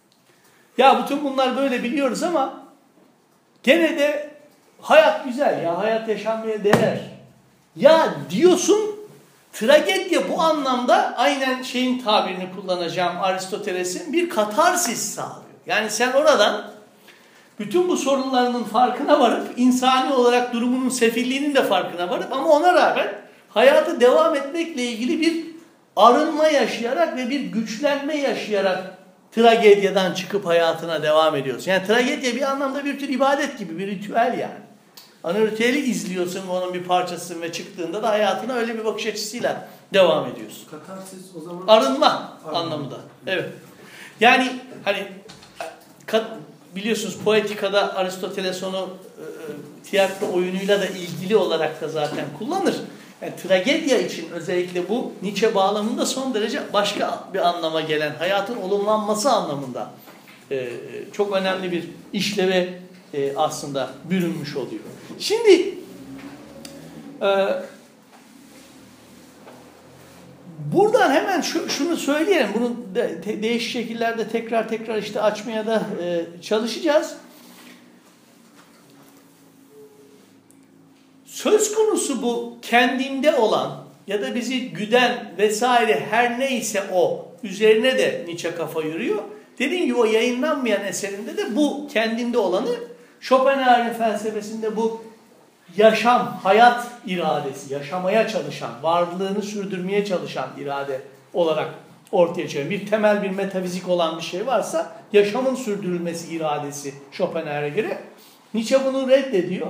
ya bütün bunlar böyle biliyoruz ama gene de hayat güzel ya, hayat yaşanmaya değer. Ya diyorsun, tragedya bu anlamda aynen şeyin tabirini kullanacağım Aristoteles'in bir katarsis sağlıyor. Yani sen oradan bütün bu sorunlarının farkına varıp insani olarak durumunun sefilliğinin de farkına varıp ama ona rağmen hayatı devam etmekle ilgili bir arınma yaşayarak ve bir güçlenme yaşayarak tragedyadan çıkıp hayatına devam ediyorsun. Yani tragedya bir anlamda bir tür ibadet gibi, bir ritüel yani. Hani ritüeli izliyorsun, onun bir parçasısın ve çıktığında da hayatına öyle bir bakış açısıyla devam ediyorsun. Katarsis o zaman... Arınma Arınma anlamında. Evet. Yani hani biliyorsunuz Poetika'da Aristoteles onu e, tiyatro oyunuyla da ilgili olarak da zaten kullanır. Yani tragedya için özellikle bu Nietzsche bağlamında son derece başka bir anlama gelen, hayatın olumlanması anlamında e, çok önemli bir işleve e, aslında bürünmüş oluyor. Şimdi e, buradan hemen şu, şunu söyleyelim, bunu de, te, değişik şekillerde tekrar tekrar işte açmaya da e, çalışacağız. Söz konusu bu kendinde olan ya da bizi güden vesaire her neyse o üzerine de Nietzsche kafa yürüyor. Dediğim gibi o yayınlanmayan eserinde de bu kendinde olanı Schopenhauer'in felsefesinde bu yaşam, hayat iradesi, yaşamaya çalışan, varlığını sürdürmeye çalışan irade olarak ortaya çıkıyor. Bir temel bir metafizik olan bir şey varsa yaşamın sürdürülmesi iradesi Schopenhauer'e göre. Nietzsche bunu reddediyor.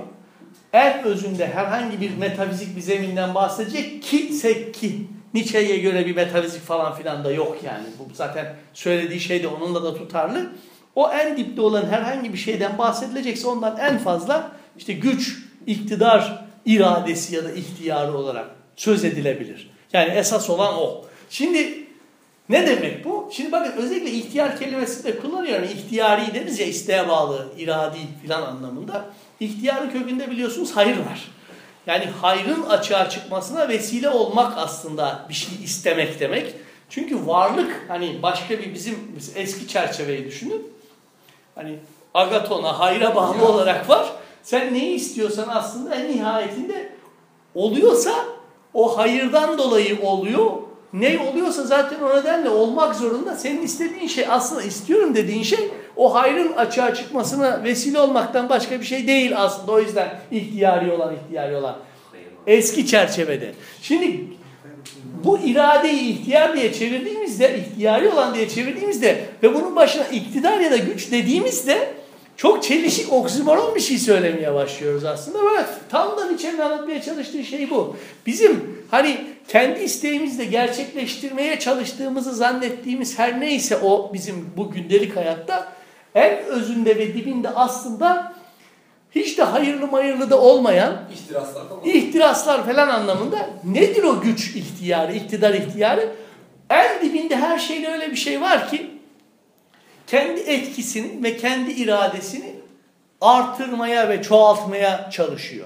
En özünde herhangi bir metafizik bir zeminden bahsedecek ki, ki Nietzsche'ye göre bir metafizik falan filan da yok yani. Bu zaten söylediği şey de onunla da tutarlı. O en dipte olan herhangi bir şeyden bahsedilecekse ondan en fazla işte güç, iktidar iradesi ya da ihtiyarı olarak söz edilebilir. Yani esas olan o. Şimdi ne demek bu? Şimdi bakın özellikle ihtiyar kelimesini de kullanıyorum. İhtiyari deriz ya, isteğe bağlı, iradi filan anlamında. İhtiyarın kökünde biliyorsunuz hayır var. Yani hayrın açığa çıkmasına vesile olmak aslında bir şey istemek demek. Çünkü varlık hani başka bir bizim eski çerçeveyi düşünün. Hani Agaton'a hayra bağlı ya olarak var. Sen neyi istiyorsan aslında en nihayetinde oluyorsa o hayırdan dolayı oluyor. Ne oluyorsa zaten o nedenle olmak zorunda. Senin istediğin şey aslında istiyorum dediğin şey o hayrın açığa çıkmasına vesile olmaktan başka bir şey değil aslında. O yüzden ihtiyari olan ihtiyari olan eski çerçevede. Şimdi bu iradeyi ihtiyar diye çevirdiğimizde, ihtiyari olan diye çevirdiğimizde ve bunun başına iktidar ya da güç dediğimizde çok çelişik, oksimoron bir şey söylemeye başlıyoruz aslında. Böyle tam da Nietzsche'nin anlatmaya çalıştığı şey bu. Bizim hani kendi isteğimizle gerçekleştirmeye çalıştığımızı zannettiğimiz her neyse o bizim bu gündelik hayatta en özünde ve dibinde aslında hiç de hayırlı mayırlı da olmayan ihtiraslar falan, ihtiraslar falan anlamında nedir o güç ihtiyarı, iktidar ihtiyarı? En dibinde her şeyde öyle bir şey var ki kendi etkisini ve kendi iradesini artırmaya ve çoğaltmaya çalışıyor.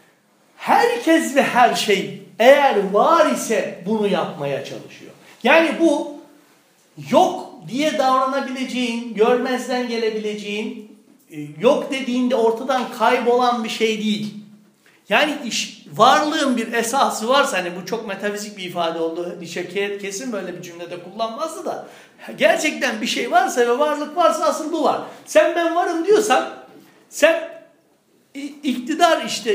Herkes ve her şey eğer var ise bunu yapmaya çalışıyor. Yani bu yok diye davranabileceğin, görmezden gelebileceğin, yok dediğinde ortadan kaybolan bir şey değil. Yani iş, varlığın bir esası varsa, hani bu çok metafizik bir ifade oldu. Nietzsche kesin böyle bir cümlede kullanmazdı da. Gerçekten bir şey varsa ve varlık varsa asıl bu var. Sen ben varım diyorsan sen iktidar işte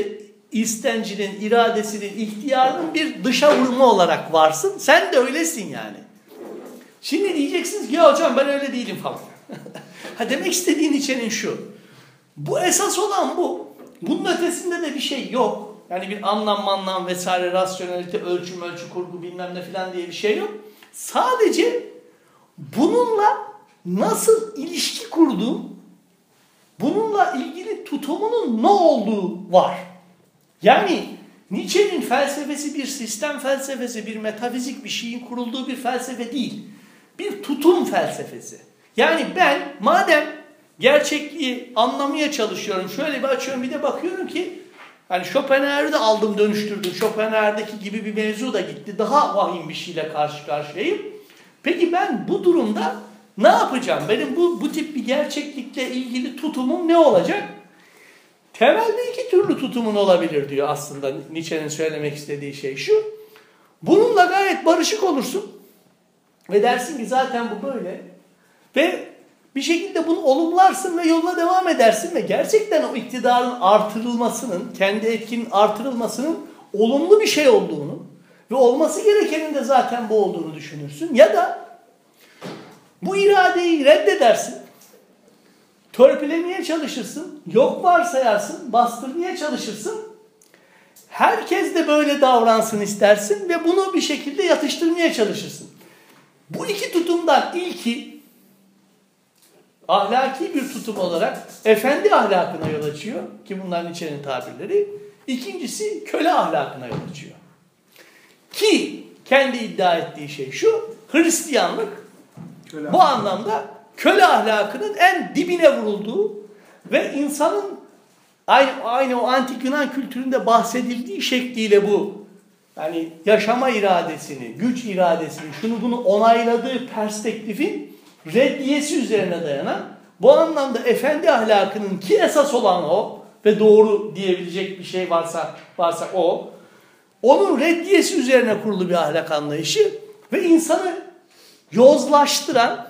istencinin, iradesinin, ihtiyarının bir dışa vurma olarak varsın. Sen de öylesin yani. Şimdi diyeceksiniz ki ya hocam ben öyle değilim falan. Ha demek istediğin içenin şu. Bu esas olan bu. Bunun ötesinde de bir şey yok. Yani bir anlam anlam vesaire, rasyonelite, ölçüm, ölçü, kurgu bilmem ne falan diye bir şey yok. Sadece bununla nasıl ilişki kurduğum, bununla ilgili tutumunun ne olduğu var. Yani Nietzsche'nin felsefesi bir sistem felsefesi, bir metafizik bir şeyin kurulduğu bir felsefe değil. Bir tutum felsefesi. Yani ben madem gerçekliği anlamaya çalışıyorum, şöyle bir açıyorum bir de bakıyorum ki hani Schopenhauer'ı da aldım dönüştürdüm. Schopenhauer'daki gibi bir mevzu da gitti. Daha vahim bir şeyle karşı karşıyayım. Peki ben bu durumda ne yapacağım? Benim bu, bu tip bir gerçeklikle ilgili tutumum ne olacak? Temelde iki türlü tutumun olabilir diyor aslında Nietzsche'nin söylemek istediği şey şu. Bununla gayet barışık olursun. Ve dersin ki zaten bu böyle. Ve bir şekilde bunu olumlarsın ve yoluna devam edersin. Ve gerçekten o iktidarın artırılmasının, kendi etkinin artırılmasının olumlu bir şey olduğunu ve olması gerekenin de zaten bu olduğunu düşünürsün. Ya da bu iradeyi reddedersin. Törpülemeye çalışırsın. Yok varsayarsın. Bastırmaya çalışırsın. Herkes de böyle davransın istersin ve bunu bir şekilde yatıştırmaya çalışırsın. Bu iki tutumdan ilki ahlaki bir tutum olarak efendi ahlakına yol açıyor ki bunların içerinin tabirleri. İkincisi köle ahlakına yol açıyor. Ki kendi iddia ettiği şey şu, Hristiyanlık köle bu anlamda köle ahlakının en dibine vurulduğu ve insanın aynı, aynı o antik Yunan kültüründe bahsedildiği şekliyle bu yani yaşama iradesini, güç iradesini, şunu bunu onayladığı perspektifin reddiyesi üzerine dayanan bu anlamda efendi ahlakının ki esas olan o ve doğru diyebilecek bir şey varsa varsa o, onun reddiyesi üzerine kurulu bir ahlak anlayışı ve insanı yozlaştıran,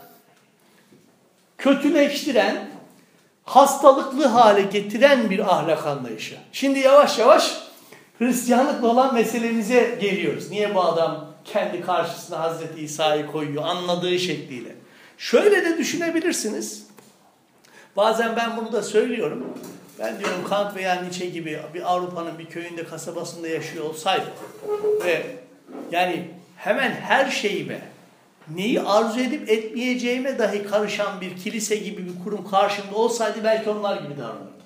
kötüleştiren, hastalıklı hale getiren bir ahlak anlayışı. Şimdi yavaş yavaş Hristiyanlıkla olan meselemize geliyoruz. Niye bu adam kendi karşısına Hazreti İsa'yı koyuyor anladığı şekliyle? Şöyle de düşünebilirsiniz. Bazen ben bunu da söylüyorum. Ben diyorum Kant veya Nietzsche gibi bir Avrupa'nın bir köyünde, kasabasında yaşıyor olsaydı ve yani hemen her şeyime, neyi arzu edip etmeyeceğime dahi karışan bir kilise gibi bir kurum karşımda olsaydı belki onlar gibi davranırdı.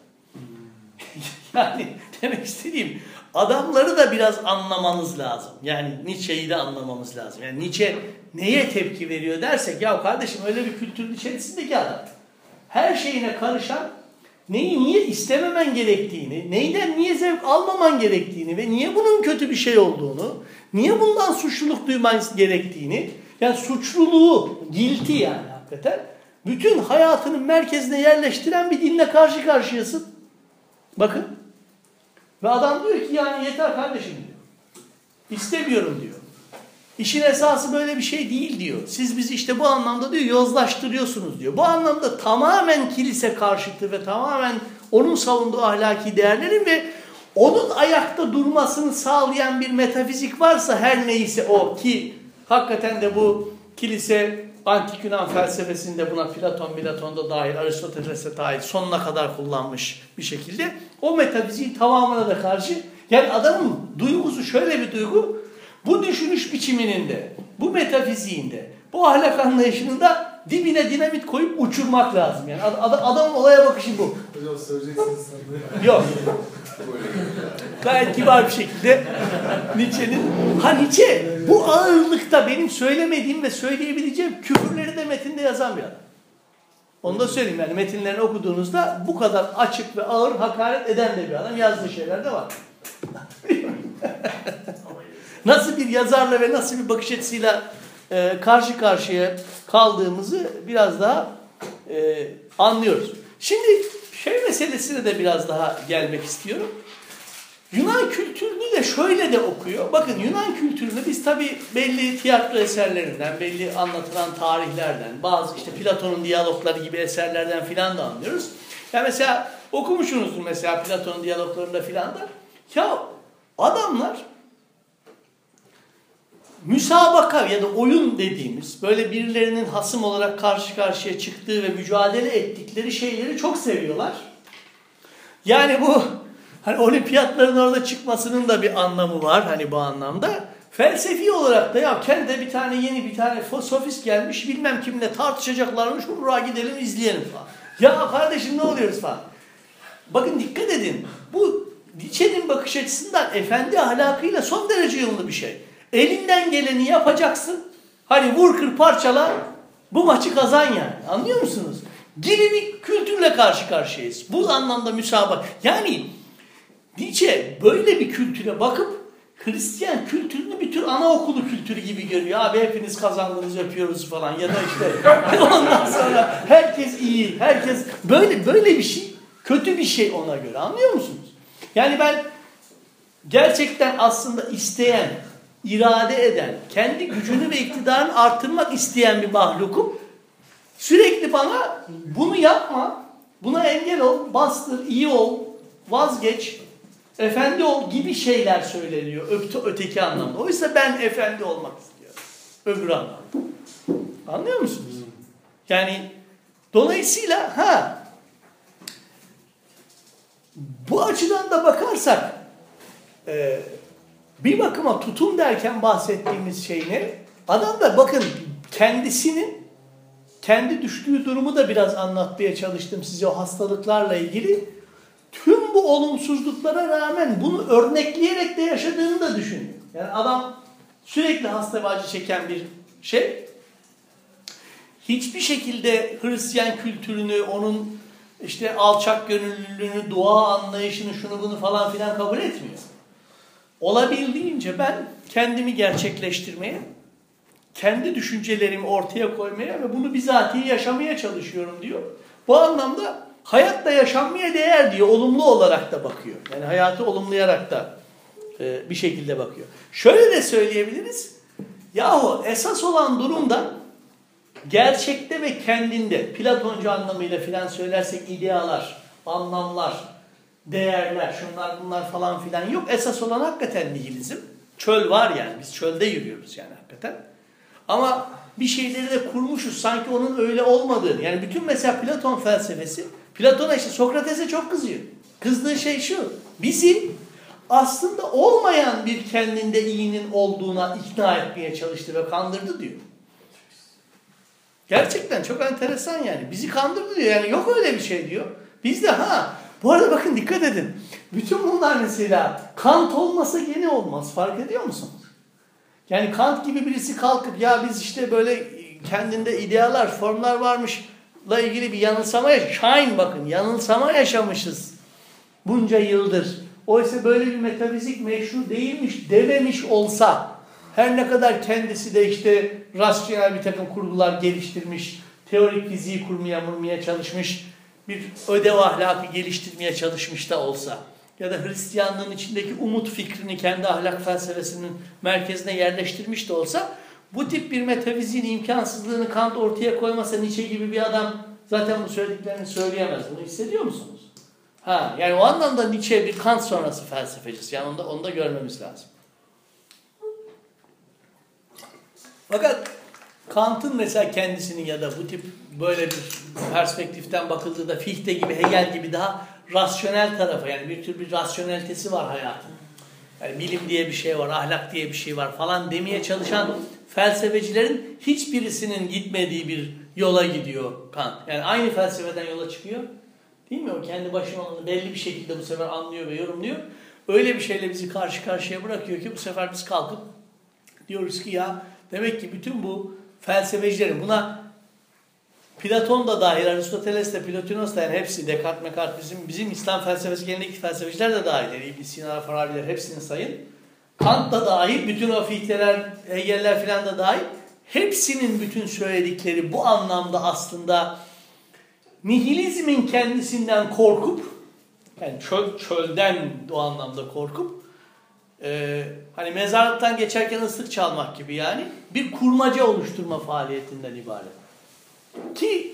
Yani demek istediğim adamları da biraz anlamanız lazım. Yani Nietzsche'yi de anlamamız lazım. Yani Nietzsche neye tepki veriyor dersek ya kardeşim öyle bir kültürün içerisindeki adam. Her şeyine karışan, neyi niye istememen gerektiğini, neyden niye zevk almaman gerektiğini ve niye bunun kötü bir şey olduğunu, niye bundan suçluluk duyman gerektiğini, yani suçluluğu, guilty yani hakikaten, bütün hayatının merkezine yerleştiren bir dinle karşı karşıyasın. Bakın. Ve adam diyor ki yani yeter kardeşim diyor. İstemiyorum diyor. İşin esası böyle bir şey değil diyor. Siz bizi işte bu anlamda diyor yozlaştırıyorsunuz diyor. Bu anlamda tamamen kilise karşıtı ve tamamen onun savunduğu ahlaki değerlerin ve onun ayakta durmasını sağlayan bir metafizik varsa her neyse o ki hakikaten de bu kilise antik Yunan felsefesinde buna Platon, Platon'da dahil, Aristoteles'e dahil sonuna kadar kullanmış bir şekilde o metafiziğin tamamına da karşı yani adamın duygusu şöyle bir duygu bu düşünüş biçiminin de bu metafiziğinde bu ahlak anlayışının da dibine dinamit koyup uçurmak lazım. Yani ad adamın olaya bakışı bu. Hocam söyleyeceksiniz sanırım. Yok. Gayet kibar bir şekilde Nietzsche'nin ha Nietzsche bu ağırlıkta benim söylemediğim ve söyleyebileceğim küfürleri de metinde yazan bir adam. Onu da söyleyeyim yani metinlerini okuduğunuzda bu kadar açık ve ağır hakaret eden de bir adam yazdığı şeyler de var. Nasıl bir yazarla ve nasıl bir bakış açısıyla e, karşı karşıya kaldığımızı biraz daha e, anlıyoruz. Şimdi şey meselesine de biraz daha gelmek istiyorum. Yunan kültürünü de şöyle de okuyor. Bakın Yunan kültürünü biz tabii belli tiyatro eserlerinden, belli anlatılan tarihlerden, bazı işte Platon'un diyalogları gibi eserlerden filan da anlıyoruz. Yani mesela okumuşsunuzdur mesela Platon'un diyaloglarında filan da. Ya adamlar müsabaka ya da oyun dediğimiz böyle birilerinin hasım olarak karşı karşıya çıktığı ve mücadele ettikleri şeyleri çok seviyorlar. Yani bu hani olimpiyatların orada çıkmasının da bir anlamı var hani bu anlamda. Felsefi olarak da ya kendi bir tane yeni bir tane sofist gelmiş bilmem kimle tartışacaklarmış hurra gidelim izleyelim falan. Ya kardeşim ne oluyoruz falan. Bakın dikkat edin bu Nietzsche'nin bakış açısından efendi ahlakıyla son derece yolunda bir şey. Elinden geleni yapacaksın. Hani vur kır parçala bu maçı kazan yani. Anlıyor musunuz? Gibi bir kültürle karşı karşıyayız. Bu anlamda müsabaka. Yani Nietzsche böyle bir kültüre bakıp Hristiyan kültürünü bir tür anaokulu kültürü gibi görüyor. Abi hepiniz kazandınız öpüyoruz falan ya da işte ondan sonra herkes iyi, herkes böyle böyle bir şey kötü bir şey ona göre. Anlıyor musunuz? Yani ben gerçekten aslında isteyen, irade eden, kendi gücünü ve iktidarını artırmak isteyen bir mahlukum. Sürekli bana bunu yapma, buna engel ol, bastır, iyi ol, vazgeç, efendi ol gibi şeyler söyleniyor öte, öteki anlamda. Oysa ben efendi olmak istiyorum. Öbür anlamda. Anlıyor musunuz? Yani dolayısıyla ha bu açıdan da bakarsak e, bir bakıma tutum derken bahsettiğimiz şey ne? Adam da bakın kendisinin kendi düştüğü durumu da biraz anlatmaya çalıştım size o hastalıklarla ilgili. Tüm bu olumsuzluklara rağmen bunu örnekleyerek de yaşadığını da düşünüyor. Yani adam sürekli hasta ve acı çeken bir şey. Hiçbir şekilde Hristiyan kültürünü, onun işte alçak gönüllülüğünü, dua anlayışını, şunu bunu falan filan kabul etmiyor. Olabildiğince ben kendimi gerçekleştirmeye, kendi düşüncelerimi ortaya koymaya ve bunu bizatihi yaşamaya çalışıyorum diyor. Bu anlamda hayat da yaşanmaya değer diyor. Olumlu olarak da bakıyor. Yani hayatı olumlayarak da e, bir şekilde bakıyor. Şöyle de söyleyebiliriz. Yahu esas olan durumda gerçekte ve kendinde Platoncu anlamıyla filan söylersek idealar, anlamlar, değerler, şunlar bunlar falan filan yok. Esas olan hakikaten nihilizm. Çöl var yani. Biz çölde yürüyoruz yani hakikaten. Ama bir şeyleri de kurmuşuz. Sanki onun öyle olmadığını. Yani bütün mesela Platon felsefesi. Platon'a işte Sokrates'e çok kızıyor. Kızdığı şey şu. Bizi aslında olmayan bir kendinde iyinin olduğuna ikna etmeye çalıştı ve kandırdı diyor. Gerçekten çok enteresan yani. Bizi kandırdı diyor. Yani yok öyle bir şey diyor. Biz de ha bu arada bakın dikkat edin. Bütün bunlar mesela Kant olmasa gene olmaz. Fark ediyor musunuz? Yani Kant gibi birisi kalkıp ya biz işte böyle kendinde idealar, formlar varmışla ilgili bir yanılsama yaşamışız. Şahin bakın yanılsama yaşamışız bunca yıldır. Oysa böyle bir metafizik meşru değilmiş dememiş olsa her ne kadar kendisi de işte rasyonel bir takım kurgular geliştirmiş, teorik fiziği kurmaya murmaya çalışmış, bir ödev ahlakı geliştirmeye çalışmış da olsa ya da Hristiyanlığın içindeki umut fikrini kendi ahlak felsefesinin merkezine yerleştirmiş de olsa bu tip bir metafiziğin imkansızlığını Kant ortaya koymasa Nietzsche gibi bir adam zaten bu söylediklerini söyleyemez. Bunu hissediyor musunuz? Ha, yani o anlamda Nietzsche bir Kant sonrası felsefecisi. Yani onu da, onu da görmemiz lazım. Fakat Kant'ın mesela kendisinin ya da bu tip böyle bir perspektiften bakıldığında Fichte gibi, Hegel gibi daha rasyonel tarafa yani bir tür bir rasyonelitesi var hayatın. Yani bilim diye bir şey var, ahlak diye bir şey var falan demeye çalışan felsefecilerin hiçbirisinin gitmediği bir yola gidiyor Kant. Yani aynı felsefeden yola çıkıyor. Değil mi? O kendi başına onu belli bir şekilde bu sefer anlıyor ve yorumluyor. Öyle bir şeyle bizi karşı karşıya bırakıyor ki bu sefer biz kalkıp diyoruz ki ya demek ki bütün bu felsefecilerin buna Platon da dahil, Aristoteles de, Plotinos da yani hepsi, Descartes, Descartes bizim, bizim İslam felsefesi gelenekteki felsefeciler de dahil. Yani İbn Sina, Farabiler hepsini sayın. Kant da dahil, bütün o Fichteler, Hegel'ler filan da dahil. Hepsinin bütün söyledikleri bu anlamda aslında nihilizmin kendisinden korkup, yani çöl, çölden o anlamda korkup, e, hani mezarlıktan geçerken ıslık çalmak gibi yani bir kurmaca oluşturma faaliyetinden ibaret. Ki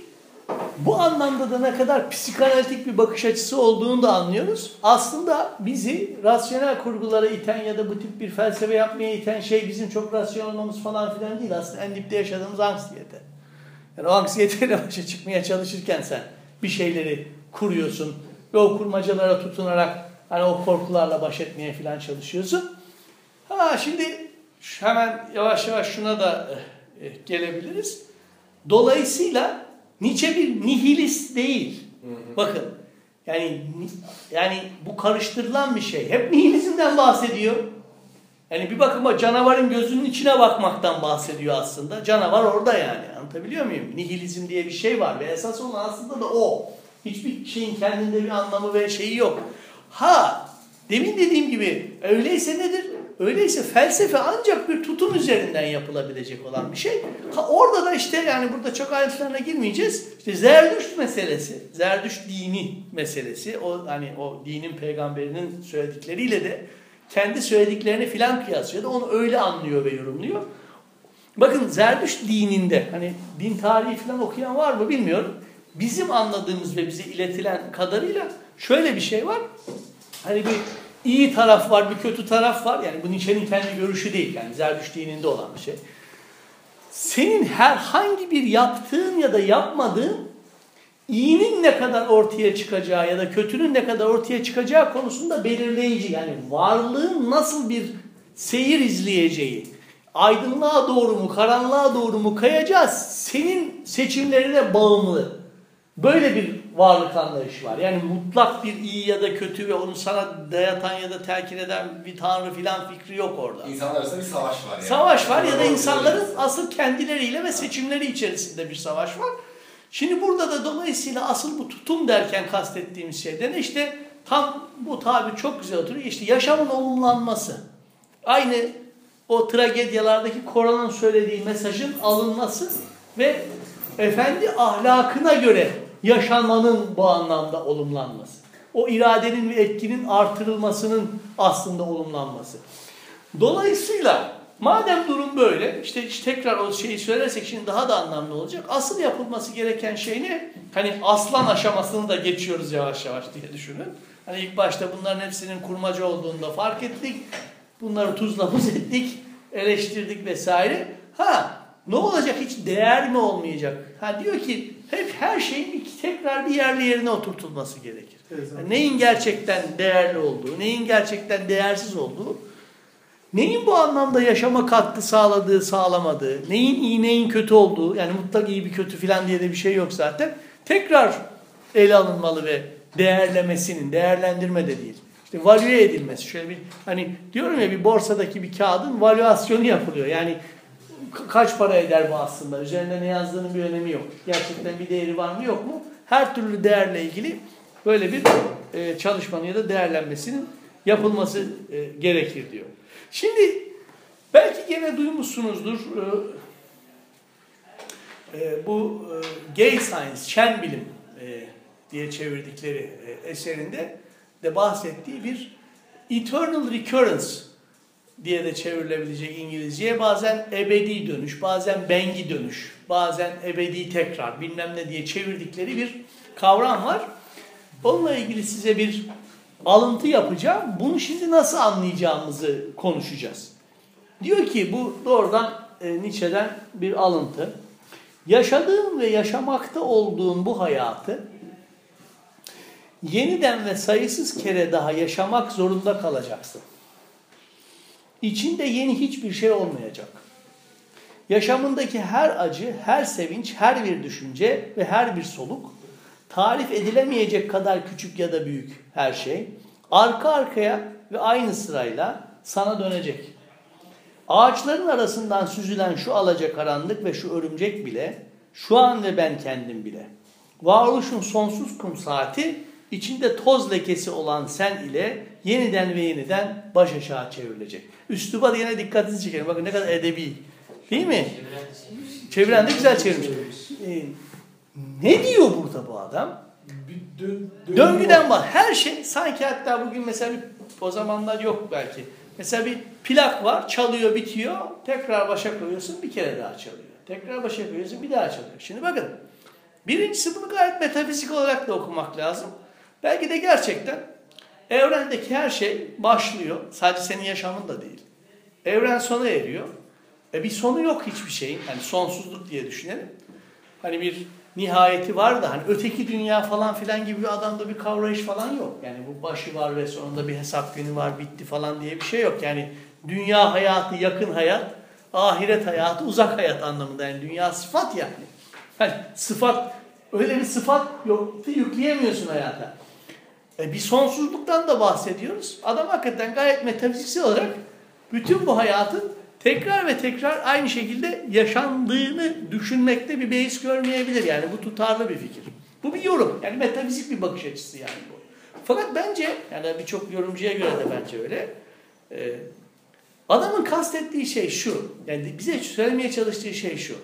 Bu anlamda da ne kadar psikanalitik bir bakış açısı olduğunu da anlıyoruz. Aslında bizi rasyonel kurgulara iten ya da bu tip bir felsefe yapmaya iten şey bizim çok rasyonel olmamız falan filan değil. Aslında en dipte yaşadığımız anksiyete. Yani o anksiyeteyle başa çıkmaya çalışırken sen bir şeyleri kuruyorsun ve o kurmacalara tutunarak hani o korkularla baş etmeye falan çalışıyorsun. Ha şimdi hemen yavaş yavaş şuna da e, gelebiliriz. Dolayısıyla Nietzsche bir nihilist değil. Hı hı. Bakın yani yani bu karıştırılan bir şey. Hep nihilizmden bahsediyor. Yani bir bakıma canavarın gözünün içine bakmaktan bahsediyor aslında. Canavar orada yani. Anlatabiliyor muyum? Nihilizm diye bir şey var ve esas olan aslında da o. Hiçbir şeyin kendinde bir anlamı ve şeyi yok. Ha, demin dediğim gibi öyleyse nedir? Öyleyse felsefe ancak bir tutum üzerinden yapılabilecek olan bir şey. Ha, orada da işte yani burada çok ayrıntılarına girmeyeceğiz. İşte Zerdüşt meselesi, Zerdüşt dini meselesi, o hani o dinin peygamberinin söyledikleriyle de kendi söylediklerini filan kıyaslıyor da onu öyle anlıyor ve yorumluyor. Bakın Zerdüşt dininde hani din tarihi filan okuyan var mı bilmiyorum. Bizim anladığımız ve bize iletilen kadarıyla şöyle bir şey var. Hani bir iyi taraf var, bir kötü taraf var. Yani bu Nietzsche'nin kendi görüşü değil. Yani Zerdüşt dininde olan bir şey. Senin herhangi bir yaptığın ya da yapmadığın iyinin ne kadar ortaya çıkacağı ya da kötünün ne kadar ortaya çıkacağı konusunda belirleyici. Yani varlığın nasıl bir seyir izleyeceği, aydınlığa doğru mu, karanlığa doğru mu kayacağız, senin seçimlerine bağımlı. Böyle bir varlık anlayışı var. Yani mutlak bir iyi ya da kötü ve onu sana dayatan ya da telkin eden bir tanrı filan fikri yok orada. İnsanlar arasında bir savaş var yani. Savaş var ya da insanların asıl kendileriyle ve seçimleri içerisinde bir savaş var. Şimdi burada da dolayısıyla asıl bu tutum derken kastettiğimiz şeyden işte tam bu tabir çok güzel oturuyor. İşte yaşamın olumlanması. Aynı o tragedyalardaki Koran'ın söylediği mesajın alınması ve efendi ahlakına göre yaşanmanın bu anlamda olumlanması. O iradenin ve etkinin artırılmasının aslında olumlanması. Dolayısıyla madem durum böyle, işte, işte tekrar o şeyi söylersek şimdi daha da anlamlı olacak. Asıl yapılması gereken şey ne? Hani aslan aşamasını da geçiyoruz yavaş yavaş diye düşünün. Hani ilk başta bunların hepsinin kurmaca olduğunu da fark ettik. Bunları tuzla buz ettik, eleştirdik vesaire. Ha, ne olacak? Hiç değer mi olmayacak? Ha, diyor ki hep her şeyin tekrar bir yerli yerine oturtulması gerekir. Yani neyin gerçekten değerli olduğu, neyin gerçekten değersiz olduğu, neyin bu anlamda yaşama katkı sağladığı, sağlamadığı, neyin iyi, neyin kötü olduğu, yani mutlak iyi bir kötü filan diye de bir şey yok zaten. Tekrar ele alınmalı ve değerlemesinin, değerlendirme de değil. İşte valüe edilmesi. Şöyle bir hani diyorum ya bir borsadaki bir kağıdın valüasyonu yapılıyor. Yani kaç para eder bu aslında? Üzerinde ne yazdığının bir önemi yok. Gerçekten bir değeri var mı yok mu? Her türlü değerle ilgili böyle bir e, çalışmanın ya da değerlenmesinin yapılması e, gerekir diyor. Şimdi belki gene duymuşsunuzdur e, e, bu e, Gay Science, Şen Bilim e, diye çevirdikleri e, eserinde de bahsettiği bir Eternal Recurrence diye de çevrilebilecek İngilizceye bazen ebedi dönüş, bazen bengi dönüş, bazen ebedi tekrar bilmem ne diye çevirdikleri bir kavram var. Onunla ilgili size bir alıntı yapacağım. Bunu şimdi nasıl anlayacağımızı konuşacağız. Diyor ki bu doğrudan e, Nietzsche'den bir alıntı. Yaşadığın ve yaşamakta olduğun bu hayatı yeniden ve sayısız kere daha yaşamak zorunda kalacaksın. İçinde yeni hiçbir şey olmayacak. Yaşamındaki her acı, her sevinç, her bir düşünce ve her bir soluk, tarif edilemeyecek kadar küçük ya da büyük her şey, arka arkaya ve aynı sırayla sana dönecek. Ağaçların arasından süzülen şu alacakaranlık ve şu örümcek bile, şu an ve ben kendim bile, varoluşun sonsuz kum saati, içinde toz lekesi olan sen ile yeniden ve yeniden baş aşağı çevrilecek. Üsluba da yine dikkatinizi çekelim. Bakın ne kadar edebi. Değil mi? Çeviren de güzel çevirmiş. Ee, ne diyor burada bu adam? Bir dön, dön Döngüden var. Her şey sanki hatta bugün mesela bir, o zamanlar yok belki. Mesela bir plak var. Çalıyor bitiyor. Tekrar başa koyuyorsun bir kere daha çalıyor. Tekrar başa koyuyorsun bir daha çalıyor. Şimdi bakın. Birincisi bunu gayet metafizik olarak da okumak lazım. Belki de gerçekten evrendeki her şey başlıyor. Sadece senin yaşamın da değil. Evren sona eriyor. E bir sonu yok hiçbir şeyin. Hani sonsuzluk diye düşünelim. Hani bir nihayeti var da hani öteki dünya falan filan gibi bir adamda bir kavrayış falan yok. Yani bu başı var ve sonunda bir hesap günü var, bitti falan diye bir şey yok. Yani dünya hayatı yakın hayat, ahiret hayatı uzak hayat anlamında. Yani dünya sıfat yani. Hani sıfat, öyle bir sıfat yok, yükleyemiyorsun hayata. E bir sonsuzluktan da bahsediyoruz. Adam hakikaten gayet metafiziksel olarak bütün bu hayatın tekrar ve tekrar aynı şekilde yaşandığını düşünmekte bir beis görmeyebilir. Yani bu tutarlı bir fikir. Bu bir yorum. Yani metafizik bir bakış açısı yani bu. Fakat bence, yani birçok yorumcuya göre de bence öyle. Ee, adamın kastettiği şey şu. Yani bize söylemeye çalıştığı şey şu.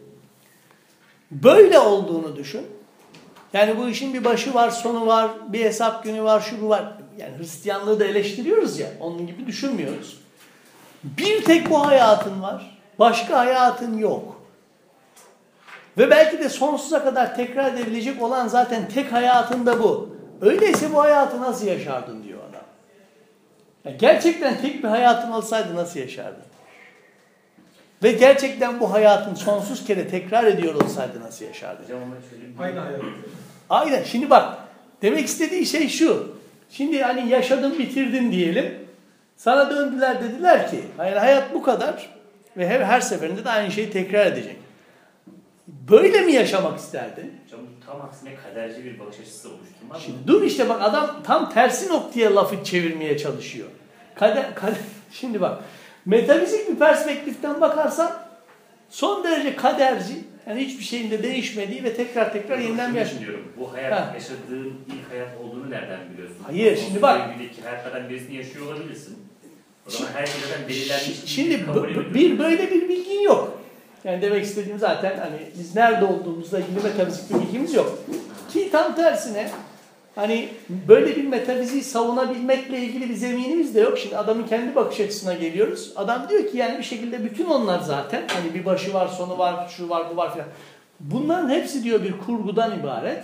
Böyle olduğunu düşün. Yani bu işin bir başı var, sonu var, bir hesap günü var, şu bu var. Yani Hristiyanlığı da eleştiriyoruz ya, onun gibi düşünmüyoruz. Bir tek bu hayatın var, başka hayatın yok. Ve belki de sonsuza kadar tekrar edilecek olan zaten tek hayatın da bu. Öyleyse bu hayatı nasıl yaşardın diyor adam. Yani gerçekten tek bir hayatın olsaydı nasıl yaşardın? Ve gerçekten bu hayatın sonsuz kere tekrar ediyor olsaydı nasıl yaşardın? Aynı hayat. Aynen. Şimdi bak, demek istediği şey şu. Şimdi hani yaşadın bitirdin diyelim. Sana döndüler dediler ki hayır, hayat bu kadar ve her, her seferinde de aynı şeyi tekrar edecek. Böyle mi yaşamak isterdin? Hocam tam aksine kaderci bir bakış açısı oluşturmaz Şimdi mı? dur işte bak, adam tam tersi noktaya lafı çevirmeye çalışıyor. Kader, kader, şimdi bak, metafizik bir perspektiften bakarsan son derece kaderci, yani hiçbir şeyin de değişmediği ve tekrar tekrar yeniden bir yaşam. Diyorum. Bu hayat Ha. yaşadığın ilk hayat olduğunu nereden biliyorsun? Hayır, şimdi bak. Sevgideki hayatlardan birisini yaşıyor olabilirsin. O zaman her şeyden belirlenmiş Şimdi kabul b- ediyorsun. bir böyle bir bilgin yok. Yani demek istediğim zaten hani biz nerede olduğumuzla ilgili metafizik bir bilgimiz yok. Ki tam tersine hani böyle bir metafiziği savunabilmekle ilgili bir zeminimiz de yok. Şimdi adamın kendi bakış açısına geliyoruz. Adam diyor ki yani bir şekilde bütün onlar zaten hani bir başı var, sonu var, şu var, bu var filan. Bunların hepsi diyor bir kurgudan ibaret.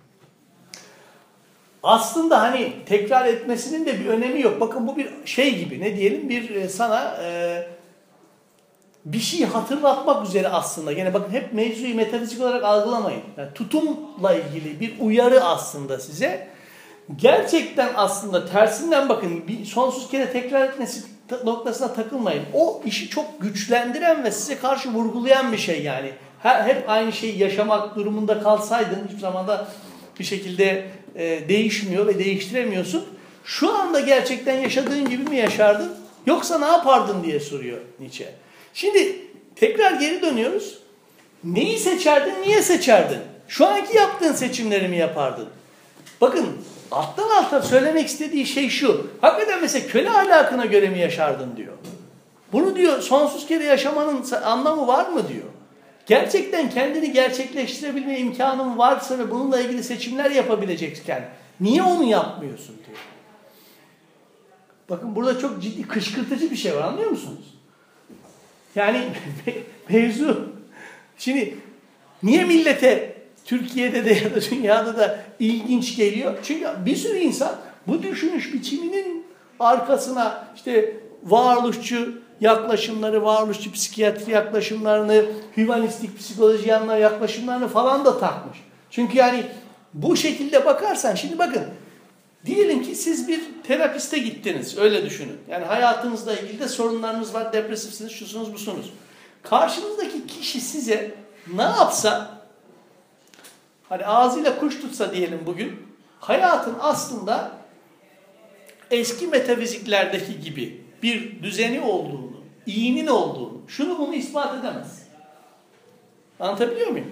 Aslında hani tekrar etmesinin de bir önemi yok. Bakın bu bir şey gibi, ne diyelim, bir sana e, bir şey hatırlatmak üzere aslında. Yine bakın hep mevzuyu metafizik olarak algılamayın. Yani tutumla ilgili bir uyarı aslında size. Gerçekten aslında tersinden bakın, bir sonsuz kere tekrar etmesi noktasına takılmayın. O işi çok güçlendiren ve size karşı vurgulayan bir şey yani. Her, hep aynı şeyi yaşamak durumunda kalsaydın hiçbir zaman da bir şekilde e, değişmiyor ve değiştiremiyorsun. Şu anda gerçekten yaşadığın gibi mi yaşardın yoksa ne yapardın diye soruyor Nietzsche. Şimdi tekrar geri dönüyoruz. Neyi seçerdin, niye seçerdin? Şu anki yaptığın seçimleri mi yapardın? Bakın alttan alta söylemek istediği şey şu. Hakikaten mesela köle ahlakına göre mi yaşardın diyor. Bunu diyor sonsuz kere yaşamanın anlamı var mı diyor. Gerçekten kendini gerçekleştirebilme imkanın varsa ve bununla ilgili seçimler yapabilecekken niye onu yapmıyorsun diyor. Bakın burada çok ciddi kışkırtıcı bir şey var, anlıyor musunuz? Yani mevzu şimdi niye millete Türkiye'de de ya da dünyada da ilginç geliyor? Çünkü bir sürü insan bu düşünüş biçiminin arkasına işte varoluşçu yaklaşımları, varoluşçu psikiyatri yaklaşımlarını, hümanistik psikoloji yanına yaklaşımlarını falan da takmış. Çünkü yani bu şekilde bakarsan, şimdi bakın, diyelim ki siz bir terapiste gittiniz, öyle düşünün. Yani hayatınızla ilgili de sorunlarınız var, depresifsiniz, şusunuz, busunuz. Karşınızdaki kişi size ne yapsa, hani ağzıyla kuş tutsa diyelim bugün, hayatın aslında eski metafiziklerdeki gibi bir düzeni olduğunu, iyinin olduğunu, şunu bunu ispat edemez. Anlatabiliyor muyum?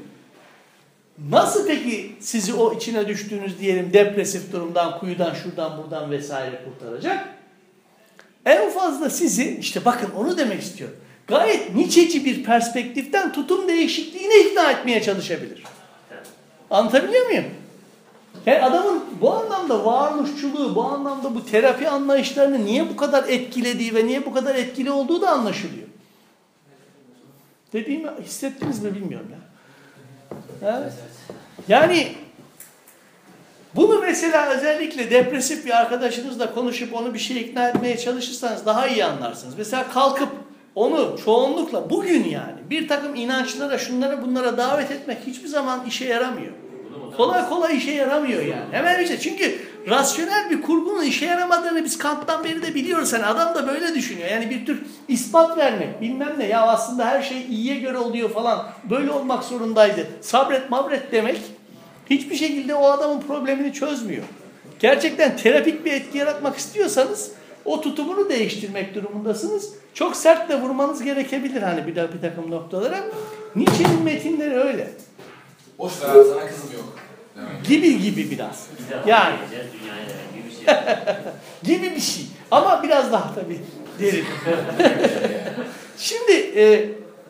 Nasıl peki sizi o içine düştüğünüz diyelim depresif durumdan, kuyudan, şuradan, buradan vesaire kurtaracak? En fazla sizi, işte bakın onu demek istiyorum, gayet Nietzsche'ci bir perspektiften tutum değişikliğine ikna etmeye çalışabilir. Anlatabiliyor muyum? Yani adamın bu anlamda varoluşçuluğu, bu anlamda bu terapi anlayışlarını niye bu kadar etkilediği ve niye bu kadar etkili olduğu da anlaşılıyor. Dediğimi hissettiniz mi bilmiyorum ya. Evet. Yani bunu mesela özellikle depresif bir arkadaşınızla konuşup onu bir şeye ikna etmeye çalışırsanız daha iyi anlarsınız. Mesela kalkıp onu çoğunlukla bugün yani bir takım inançlara, şunlara bunlara davet etmek hiçbir zaman işe yaramıyor. Kolay kolay işe yaramıyor yani. Hemen bir şey. Çünkü rasyonel bir kurgunun işe yaramadığını biz Kant'tan beri de biliyoruz. Yani adam da böyle düşünüyor. Yani bir tür ispat vermek bilmem ne. Ya aslında her şey iyiye göre oluyor falan. Böyle olmak zorundaydı. Sabret mabret demek hiçbir şekilde o adamın problemini çözmüyor. Gerçekten terapik bir etki yaratmak istiyorsanız o tutumunu değiştirmek durumundasınız. Çok sert de vurmanız gerekebilir hani bir, bir takım noktalara. Nietzsche'nin metinleri öyle. Boş ver abi, sana kızım yok. Demek. Gibi gibi biraz. Bir Yani. Dünyaya gibi bir şey. Gibi bir şey. Ama biraz daha tabii derin. Şimdi e,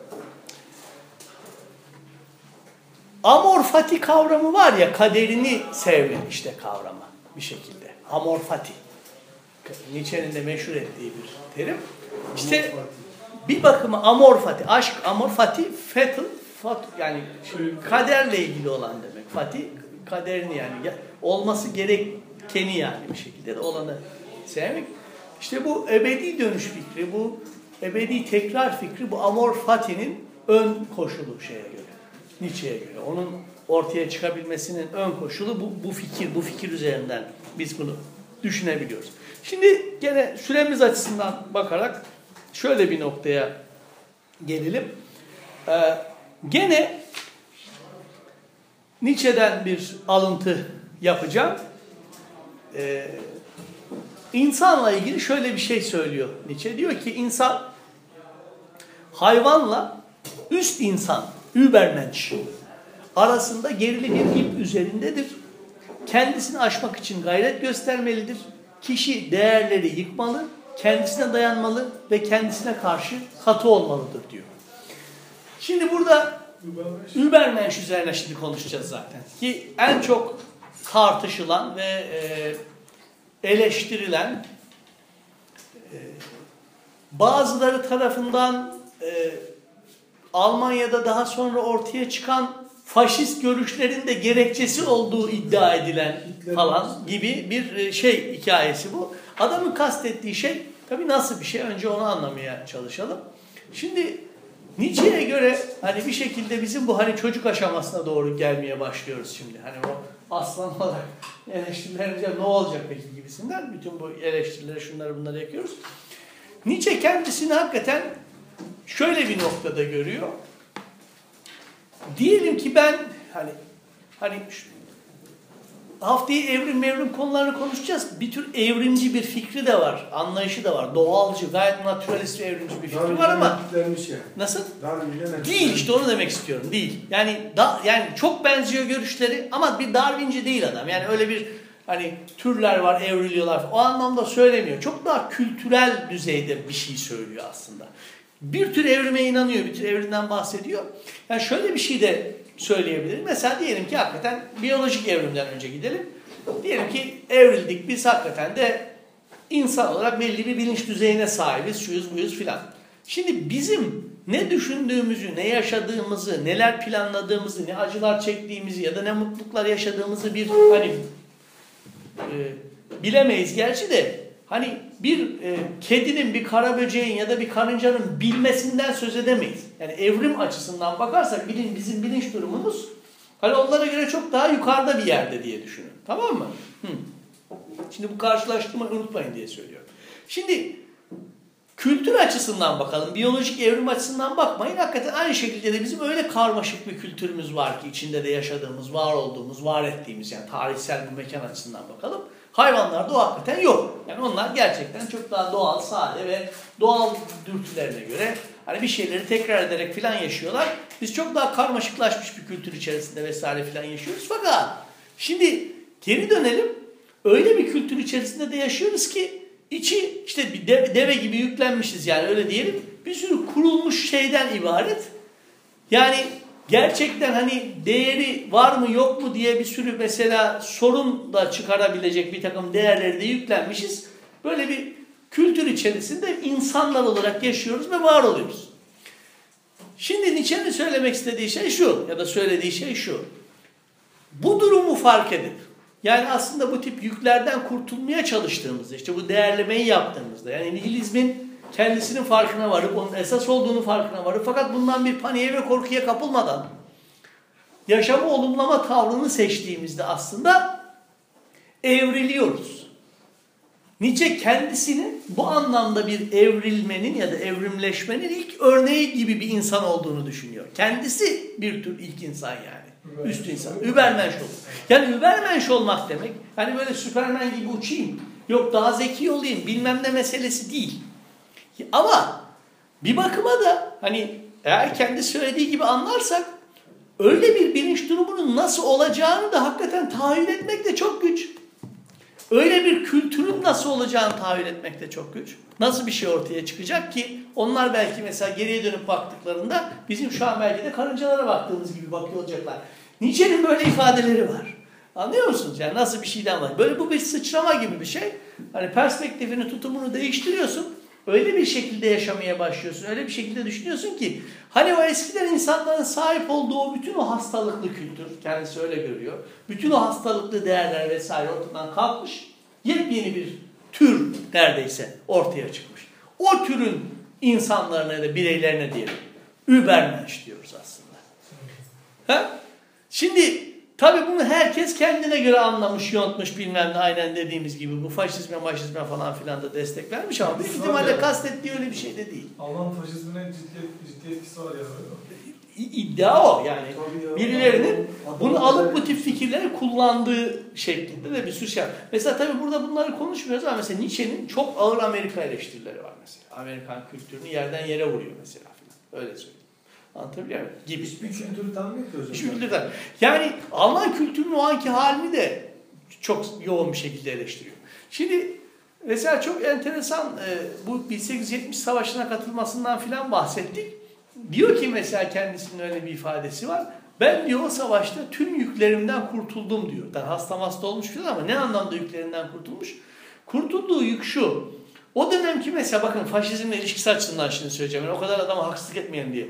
amor fati kavramı var ya, kaderini sevme işte kavramı bir şekilde. Amor fati. Nietzsche'nin de meşhur ettiği bir terim. İşte bir bakıma amor fati, aşk amor fati, fatal, fat, yani kaderle ilgili olan demek. Fati kaderini yani olması gerekeni yani bir şekilde de olanı sevmek. İşte bu ebedi dönüş fikri, bu ebedi tekrar fikri, bu amor fati'nin ön koşulu şeye göre. Nietzsche'ye göre. Onun ortaya çıkabilmesinin ön koşulu bu, bu fikir, bu fikir üzerinden biz bunu düşünebiliyoruz. Şimdi gene süremiz açısından bakarak şöyle bir noktaya gelelim. Ee, gene Nietzsche'den bir alıntı yapacağım. Ee, insanla ilgili şöyle bir şey söylüyor Nietzsche. Diyor ki insan hayvanla üst insan, Übermensch arasında gerili bir ip üzerindedir. Kendisini aşmak için gayret göstermelidir. Kişi değerleri yıkmalı, kendisine dayanmalı ve kendisine karşı katı olmalıdır diyor. Şimdi burada Übermensch üzerine şimdi konuşacağız zaten. Ki en çok tartışılan ve e, eleştirilen, e, bazıları tarafından e, Almanya'da daha sonra ortaya çıkan faşist görüşlerin de gerekçesi olduğu iddia edilen falan gibi bir şey hikayesi bu. Adamın kastettiği şey tabii nasıl bir şey? Önce onu anlamaya çalışalım. Şimdi Nietzsche'ye göre hani bir şekilde bizim bu hani çocuk aşamasına doğru gelmeye başlıyoruz şimdi. Hani o aslan olarak eleştirilerince ne olacak peki gibisinden bütün bu eleştirileri şunları bunları yapıyoruz. Nietzsche kendisini hakikaten şöyle bir noktada görüyor. Diyelim ki ben hani hani şu, haftaya evrim mevrim konularını konuşacağız. Bir tür evrimci bir fikri de var, anlayışı da var. Doğalcı, gayet naturalist ve evrimci bir fikri var ama nasıl? Değil işte onu demek istiyorum. Değil. Yani da, yani çok benziyor görüşleri ama bir Darwinci değil adam. Yani öyle bir hani türler var, evriliyorlar. O anlamda söylemiyor. Çok daha kültürel düzeyde bir şey söylüyor aslında. Bir tür evrime inanıyor, bir tür evrimden bahsediyor. Yani şöyle bir şey de söyleyebilirim. Mesela diyelim ki hakikaten biyolojik evrimden önce gidelim. Diyelim ki evrildik, biz hakikaten de insan olarak belli bir bilinç düzeyine sahibiz, şuyuz buyuz filan. Şimdi bizim ne düşündüğümüzü, ne yaşadığımızı, neler planladığımızı, ne acılar çektiğimizi ya da ne mutluluklar yaşadığımızı bir hani e, bilemeyiz gerçi de. Hani bir e, kedinin, bir karaböceğin ya da bir karıncanın bilmesinden söz edemeyiz. Yani evrim açısından bakarsak bilin, bizim bilinç durumumuz hani onlara göre çok daha yukarıda bir yerde diye düşünün. Tamam mı? Hı. Şimdi bu karşılaştırmayı unutmayın diye söylüyorum. Şimdi kültür açısından bakalım, biyolojik evrim açısından bakmayın. Hakikaten aynı şekilde de bizim öyle karmaşık bir kültürümüz var ki içinde de yaşadığımız, var olduğumuz, var ettiğimiz yani tarihsel bir mekan açısından bakalım. Hayvanlarda o hakikaten yok. Yani onlar gerçekten çok daha doğal, sade ve doğal dürtülerine göre hani bir şeyleri tekrar ederek filan yaşıyorlar. Biz çok daha karmaşıklaşmış bir kültür içerisinde vesaire filan yaşıyoruz. Fakat şimdi geri dönelim. Öyle bir kültür içerisinde de yaşıyoruz ki içi işte bir deve, deve gibi yüklenmişiz yani öyle diyelim. Bir sürü kurulmuş şeyden ibaret. Yani gerçekten hani değeri var mı yok mu diye bir sürü mesela sorun da çıkarabilecek bir takım değerleri de yüklenmişiz. Böyle bir kültür içerisinde insanlar olarak yaşıyoruz ve var oluyoruz. Şimdi Nietzsche'nin söylemek istediği şey şu ya da söylediği şey şu. bu durumu fark edip, yani aslında bu tip yüklerden kurtulmaya çalıştığımızda, işte bu değerlemeyi yaptığımızda, yani nihilizmin kendisinin farkına varıp, onun esas olduğunu farkına varıp, fakat bundan bir paniğe ve korkuya kapılmadan, yaşamı olumlama tavrını seçtiğimizde aslında evriliyoruz. Nietzsche kendisinin bu anlamda bir evrilmenin ya da evrimleşmenin ilk örneği gibi bir insan olduğunu düşünüyor. Kendisi bir tür ilk insan yani. Üst insan. Übermensch olur. Yani Übermensch olmak demek, hani böyle Süpermen gibi uçayım, yok daha zeki olayım, bilmem ne meselesi değil. Ama bir bakıma da hani eğer kendi söylediği gibi anlarsak, öyle bir bilinç durumunun nasıl olacağını da hakikaten tahayyül etmek de çok güç. Öyle bir kültürün nasıl olacağını tahayyül etmek de çok güç. Nasıl bir şey ortaya çıkacak ki onlar belki mesela geriye dönüp baktıklarında bizim şu an belki de karıncalara baktığımız gibi bakıyor olacaklar. Nietzsche'nin böyle ifadeleri var. Anlıyor musunuz? Yani nasıl bir şeyden var. Böyle bu bir sıçrama gibi bir şey. Hani perspektifini, tutumunu değiştiriyorsun. Öyle bir şekilde yaşamaya başlıyorsun. Öyle bir şekilde düşünüyorsun ki hani o eskiden insanların sahip olduğu o bütün o hastalıklı kültür, kendisi öyle görüyor. Bütün o hastalıklı değerler vesaire ortadan kalkmış. Yepyeni bir tür neredeyse ortaya çıkmış. O türün insanlarına ya da bireylerine diyelim. Übermensch diyoruz aslında. Ha? Şimdi tabii bunu herkes kendine göre anlamış, yontmuş bilmem ne, aynen dediğimiz gibi bu faşizme, maşizme falan filan da destek vermiş ama büyük ihtimalle kastettiği öyle bir şey de değil. Alman faşizmine ciddi, ciddi etkisi var ya. İddia o yani. Birilerinin bunu alıp bu tip fikirleri kullandığı şeklinde de bir sürü şey var. Mesela tabii burada bunları konuşmuyoruz ama mesela Nietzsche'nin çok ağır Amerika eleştirileri var mesela. Amerikan kültürünü yerden yere vuruyor mesela falan. Öyle söyleyeyim. Anlatabiliyor muyum? Gibi. Hiçbir kültürü tanımıyor ki hocam. Hiçbir kültürü tanımıyor. Yani Alman kültürünün o anki halini de çok yoğun bir şekilde eleştiriyor. Şimdi mesela çok enteresan bu bin sekiz yüz yetmiş savaşına katılmasından filan bahsettik. Diyor ki mesela kendisinin öyle bir ifadesi var. Ben diyor o savaşta tüm yüklerimden kurtuldum diyor. Yani hasta hasta olmuş filan ama ne anlamda yüklerinden kurtulmuş? Kurtulduğu yük şu. O dönemki mesela bakın faşizmle ilişkisi açısından şimdi söyleyeceğim. Yani o kadar adama haksızlık etmeyelim diye.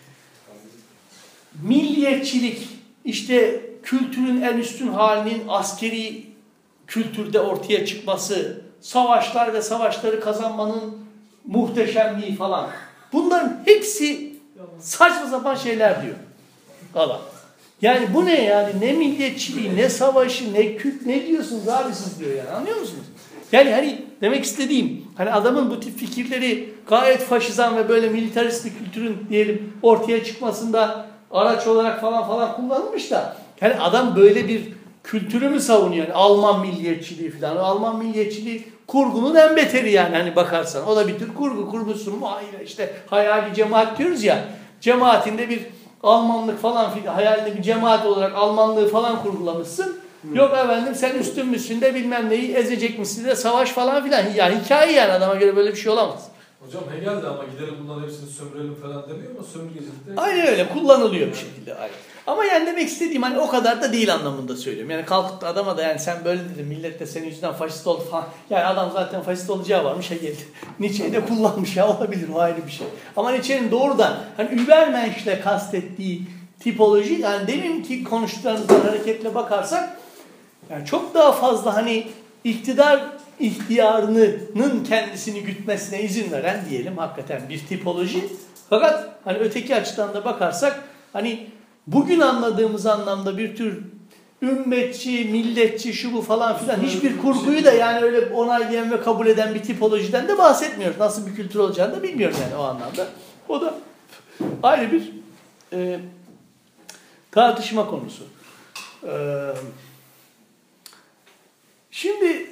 Milliyetçilik, işte kültürün en üstün halinin askeri kültürde ortaya çıkması, savaşlar ve savaşları kazanmanın muhteşemliği falan. Bunların hepsi saçma sapan şeyler diyor adam. Yani bu ne yani? Ne milliyetçiliği, ne savaşı, ne kült, ne diyorsunuz abi siz diyor yani. Anlıyor musunuz? Yani hani demek istediğim, hani adamın bu tip fikirleri gayet faşizan ve böyle militarist bir kültürün diyelim ortaya çıkmasında araç olarak falan falan kullanılmış da yani adam böyle bir kültürü mü savunuyor? Yani Alman milliyetçiliği falan. O Alman milliyetçiliği kurgunun en beteri yani hani bakarsan. O da bir tür kurgu. Kurgusun mu? Hayır işte hayali cemaat diyoruz ya. Cemaatinde bir Almanlık falan filan hayalinde bir cemaat olarak Almanlığı falan kurgulamışsın. Hmm. Yok efendim sen üstün müsün de bilmem neyi ezecek misin de savaş falan filan. Yani hikaye yani adama göre böyle bir şey olamaz. Hocam Hegel de ama gidelim bunların hepsini sömürelim falan demiyor ama sömürgecilikte... Aynen öyle kullanılıyor bir şekilde. Aynen. Ama yani demek istediğim hani o kadar da değil anlamında söylüyorum. Yani kalkıp da adama da yani sen böyle dedin millet de senin yüzünden faşist oldu falan. Yani adam zaten faşist olacağı varmış Hegel'i. Nietzsche'yi de kullanmış ya olabilir o ayrı bir şey. Ama Nietzsche'nin doğrudan hani Übermensch'le kastettiği tipoloji yani deminki konuştuklarımızdan hareketle bakarsak yani çok daha fazla hani iktidar ihtiyarının kendisini gütmesine izin veren diyelim hakikaten bir tipoloji. Fakat hani öteki açıdan da bakarsak hani bugün anladığımız anlamda bir tür ümmetçi, milletçi, şu bu falan filan hiçbir kurguyu da yani öyle onaylayan ve kabul eden bir tipolojiden de bahsetmiyoruz. Nasıl bir kültür olacağını da bilmiyoruz yani o anlamda. O da ayrı bir e, tartışma konusu. E, şimdi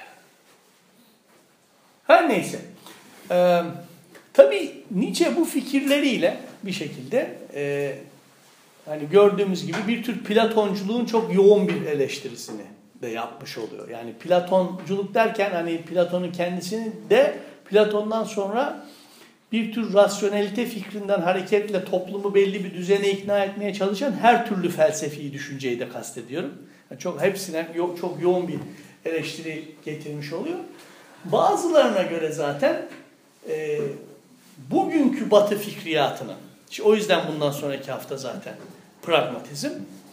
her neyse. E, tabii Nietzsche bu fikirleriyle bir şekilde e, hani gördüğümüz gibi bir tür Platonculuğun çok yoğun bir eleştirisini de yapmış oluyor. Yani Platonculuk derken hani Platon'un kendisini de Platon'dan sonra bir tür rasyonelite fikrinden hareketle toplumu belli bir düzene ikna etmeye çalışan her türlü felsefi düşünceyi de kastediyorum. Yani çok hepsine çok yoğun bir eleştiri getirmiş oluyor. Bazılarına göre zaten e, bugünkü Batı fikriyatının, işte o yüzden bundan sonraki hafta zaten pragmatizm,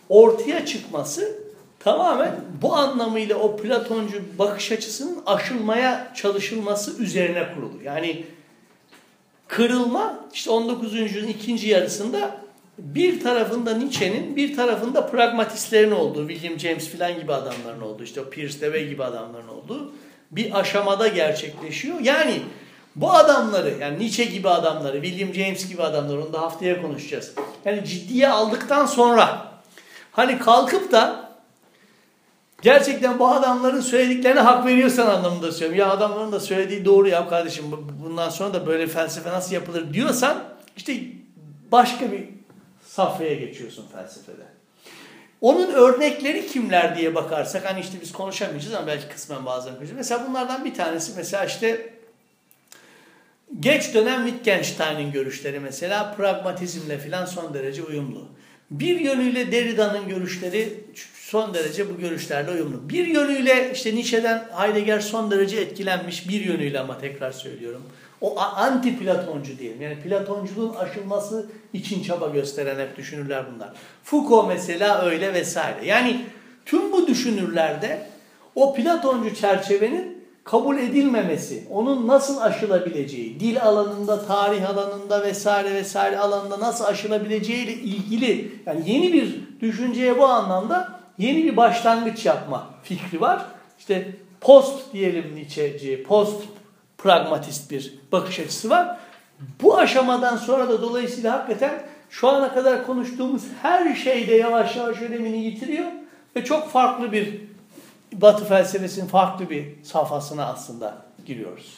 ortaya çıkması tamamen bu anlamıyla o Platoncu bakış açısının aşılmaya çalışılması üzerine kurulu. Yani kırılma işte on dokuzuncu yüzyılın ikinci yarısında bir tarafında Nietzsche'nin, bir tarafında pragmatistlerin olduğu, William James filan gibi adamların olduğu, işte o Pierce Dewey gibi adamların olduğu bir aşamada gerçekleşiyor. Yani bu adamları, yani Nietzsche gibi adamları, William James gibi adamları, onu da haftaya konuşacağız. Yani ciddiye aldıktan sonra hani kalkıp da gerçekten bu adamların söylediklerine hak veriyorsan anlamında söylüyorum. Ya adamların da söylediği doğru ya kardeşim, bundan sonra da böyle felsefe nasıl yapılır diyorsan işte başka bir safhaya geçiyorsun felsefede. Onun örnekleri kimler diye bakarsak, hani işte biz konuşamayacağız ama belki kısmen bazen konuşacağız. Mesela bunlardan bir tanesi mesela işte geç dönem Wittgenstein'in görüşleri mesela pragmatizmle filan son derece uyumlu. Bir yönüyle Derrida'nın görüşleri son derece bu görüşlerle uyumlu. Bir yönüyle işte Nietzsche'den Heidegger son derece etkilenmiş, bir yönüyle ama tekrar söylüyorum. O anti-Platoncu diyelim. Yani Platonculuğun aşılması için çaba gösteren hep düşünürler bunlar. Foucault mesela öyle vesaire. Yani tüm bu düşünürlerde o Platoncu çerçevenin kabul edilmemesi, onun nasıl aşılabileceği, dil alanında, tarih alanında vesaire vesaire alanında nasıl aşılabileceği ile ilgili yani yeni bir düşünceye bu anlamda yeni bir başlangıç yapma fikri var. İşte post diyelim Nietzsche'ci, post pragmatist bir bakış açısı var. Bu aşamadan sonra da dolayısıyla hakikaten şu ana kadar konuştuğumuz her şeyde yavaş yavaş önemini yitiriyor ve çok farklı bir Batı felsefesinin farklı bir safhasına aslında giriyoruz.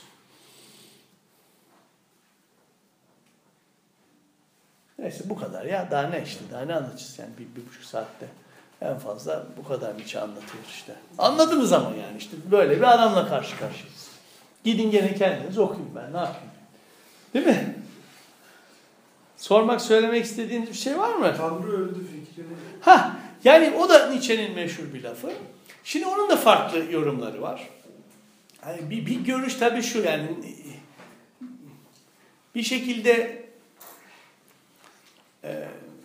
Neyse bu kadar ya. Daha ne işte. Daha ne anlatacağız yani bir, bir buçuk saatte. En fazla bu kadar Nietzsche anlatıyor işte. Anladınız ama yani işte böyle bir adamla karşı karşıyayız. Gidin gene kendiniz okuyun ben ne yapayım. Değil mi? Sormak, söylemek istediğiniz bir şey var mı? Tanrı öldü fikrini. Ha, yani o da Nietzsche'nin meşhur bir lafı. Şimdi onun da farklı yorumları var. Yani bir, bir görüş tabii şu yani bir şekilde e,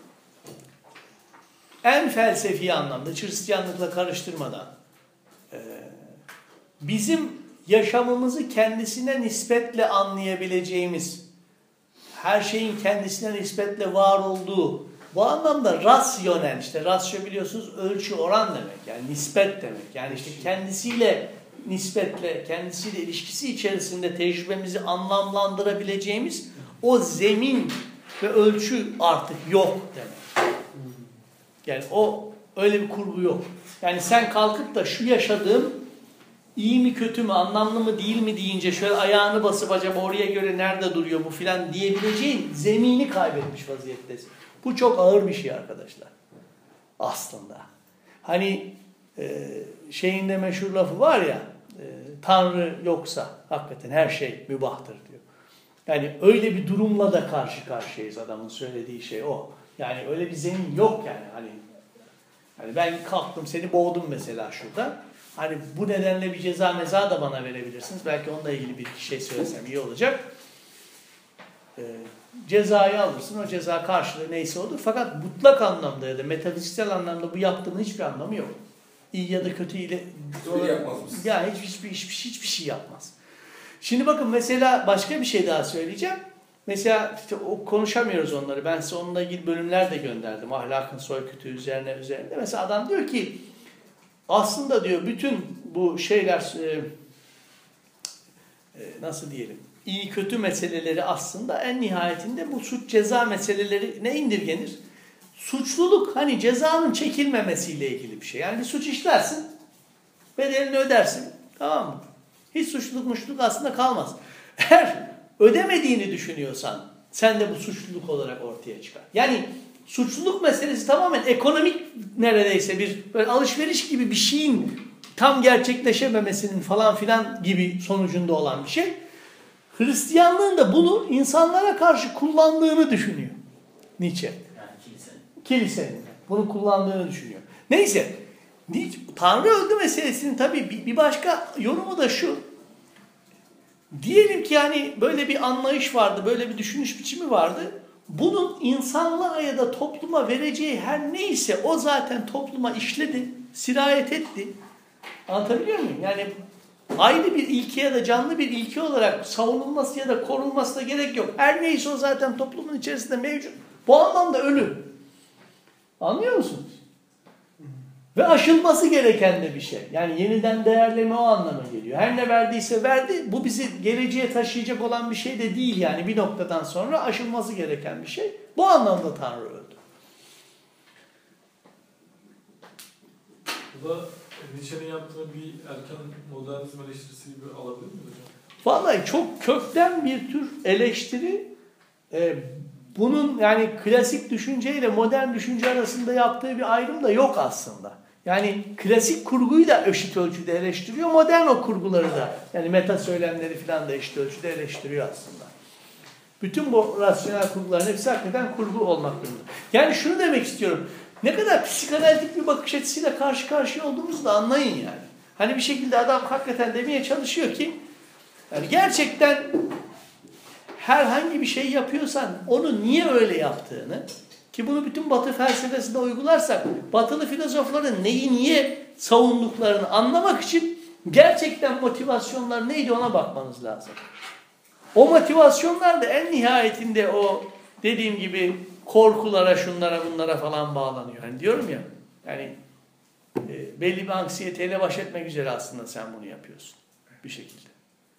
en felsefi anlamda Hristiyanlıkla karıştırmadan e, bizim yaşamımızı kendisine nispetle anlayabileceğimiz, her şeyin kendisine nispetle var olduğu, bu anlamda rasyonel, işte rasyo biliyorsunuz ölçü, oran demek. Yani nispet demek. Yani işte kendisiyle nispetle, kendisiyle ilişkisi içerisinde tecrübemizi anlamlandırabileceğimiz o zemin ve ölçü artık yok demek. Yani o öyle bir kurgu yok. Yani sen kalkıp da şu yaşadığım iyi mi kötü mü, anlamlı mı değil mi deyince şöyle ayağını basıp acaba oraya göre nerede duruyor bu filan diyebileceğin zemini kaybetmiş vaziyettesin. Bu çok ağır bir şey arkadaşlar. Aslında. Hani e, şeyin de meşhur lafı var ya, e, Tanrı yoksa hakikaten her şey mübahtır diyor. Yani öyle bir durumla da karşı karşıyayız, adamın söylediği şey o. Yani öyle bir zemin yok yani. Hani, hani ben kalktım seni boğdum mesela şurada. Hani bu nedenle bir ceza meza da bana verebilirsiniz. Belki onunla ilgili bir şey söylesem iyi olacak. Ee, cezayı alırsın. O ceza karşılığı neyse odur. Fakat mutlak anlamda ya da metafiziksel anlamda bu yaptığının hiçbir anlamı yok. İyi ya da kötü ile hiçbir yapmaz mısın? Ya hiçbir, hiçbir, hiçbir, hiçbir şey yapmaz. Şimdi bakın mesela başka bir şey daha söyleyeceğim. Mesela işte o konuşamıyoruz onları. Ben size onunla ilgili bölümler de gönderdim. Ahlakın soykütü üzerine üzerinde. Mesela adam diyor ki aslında diyor bütün bu şeyler e, e, nasıl diyelim iyi kötü meseleleri aslında en nihayetinde bu suç ceza meseleleri ne indirgenir? Suçluluk hani cezanın çekilmemesiyle ilgili bir şey. Yani bir suç işlersin, bedelini ödersin. Tamam mı? Hiç suçluluk muşluluk aslında kalmaz. Eğer ödemediğini düşünüyorsan sen de bu suçluluk olarak ortaya çıkar. Yani suçluluk meselesi tamamen ekonomik neredeyse bir böyle alışveriş gibi bir şeyin tam gerçekleşememesinin falan filan gibi sonucunda olan bir şey. Hristiyanlığın da bunu insanlara karşı kullandığını düşünüyor Nietzsche. Yani kilisenin. Kilisenin bunu kullandığını düşünüyor. Neyse, Tanrı öldü meselesinin tabii bir başka yorumu da şu. Diyelim ki yani böyle bir anlayış vardı, böyle bir düşünüş biçimi vardı. bunun insanlığa ya da topluma vereceği her neyse o zaten topluma işledi, sirayet etti. Anlatabiliyor muyum? Yani ayrı bir ilke ya da canlı bir ilke olarak savunulması ya da korunmasına gerek yok. Her neyse o zaten toplumun içerisinde mevcut. Bu anlamda ölü. Anlıyor musunuz? Ve aşılması gereken de bir şey. Yani yeniden değerleme o anlama geliyor. Her ne verdiyse verdi. Bu bizi geleceğe taşıyacak olan bir şey de değil yani. Bir noktadan sonra aşılması gereken bir şey. Bu anlamda Tanrı öldü. Bu da Nietzsche'nin yaptığı bir erken modernizm eleştirisi gibi alabilir miyiz hocam? Vallahi çok kökten bir tür eleştiri. E, bunun yani klasik düşünce ile modern düşünce arasında yaptığı bir ayrım da yok aslında. Yani klasik kurguyu da eşit ölçüde eleştiriyor. Modern o kurguları da yani meta söylemleri falan da eşit ölçüde eleştiriyor aslında. Bütün bu rasyonel kurguların hepsi hakikaten kurgu olmak durumunda. Yani şunu demek istiyorum. Ne kadar psikanalitik bir bakış açısıyla karşı karşıya olduğumuzu da anlayın yani. Hani bir şekilde adam hakikaten demeye çalışıyor ki yani gerçekten herhangi bir şey yapıyorsan onu niye öyle yaptığını ki bunu bütün Batı felsefesinde uygularsak Batılı filozofların neyi niye savunduklarını anlamak için gerçekten motivasyonlar neydi ona bakmanız lazım. O motivasyonlar da en nihayetinde o dediğim gibi korkulara, şunlara, bunlara falan bağlanıyor. Yani diyorum ya, yani e, belli bir anksiyeteyle baş etmek üzere aslında sen bunu yapıyorsun bir şekilde.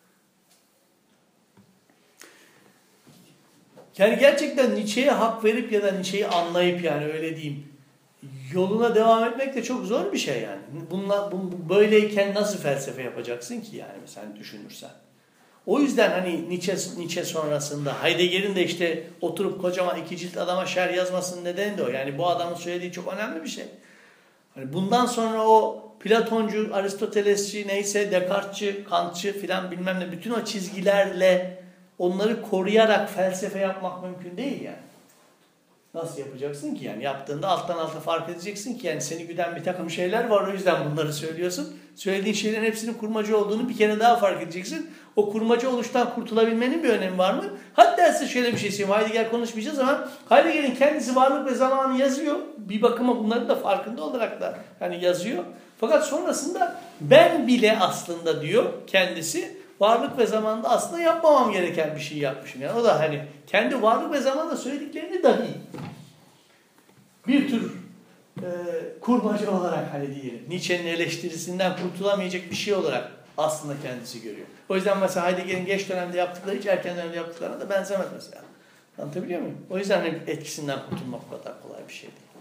Yani gerçekten Nietzsche'ye hak verip ya da Nietzsche'yi anlayıp yani öyle diyeyim yoluna devam etmek de çok zor bir şey yani. Bununla, bu, böyleyken nasıl felsefe yapacaksın ki yani sen düşünürsen. O yüzden hani Nietzsche, Nietzsche sonrasında Heidegger'in de işte oturup kocaman iki cilt adama şer yazmasının nedeni de o. Yani bu adamın söylediği çok önemli bir şey. Hani bundan sonra o Platoncu, Aristotelesçi neyse Descartes'çi, Kantçı filan bilmem ne bütün o çizgilerle onları koruyarak felsefe yapmak mümkün değil yani. Nasıl yapacaksın ki yani? Yaptığında alttan alta fark edeceksin ki yani seni güden bir takım şeyler var o yüzden bunları söylüyorsun. Söylediğin şeylerin hepsinin kurmacı olduğunu bir kere daha fark edeceksin. O kurmacı oluştan kurtulabilmenin bir önemi var mı? Hatta size şöyle bir şey söyleyeyim. Heidegger konuşmayacağız ama Heidegger'in kendisi varlık ve zamanı yazıyor. Bir bakıma bunların da farkında olarak da yani yazıyor. Fakat sonrasında ben bile aslında diyor kendisi varlık ve zamanda aslında yapmamam gereken bir şey yapmışım. Yani o da hani kendi varlık ve zamanda söylediklerini dahi bir tür e, kurmacı olarak hani diyelim. Nietzsche'nin eleştirisinden kurtulamayacak bir şey olarak aslında kendisi görüyor. O yüzden mesela Heidegger'in geç dönemde yaptıkları hiç erken dönemde yaptıklarına da benzemez mesela. Anlatabiliyor muyum? O yüzden hani etkisinden kurtulmak o kadar kolay bir şey değil.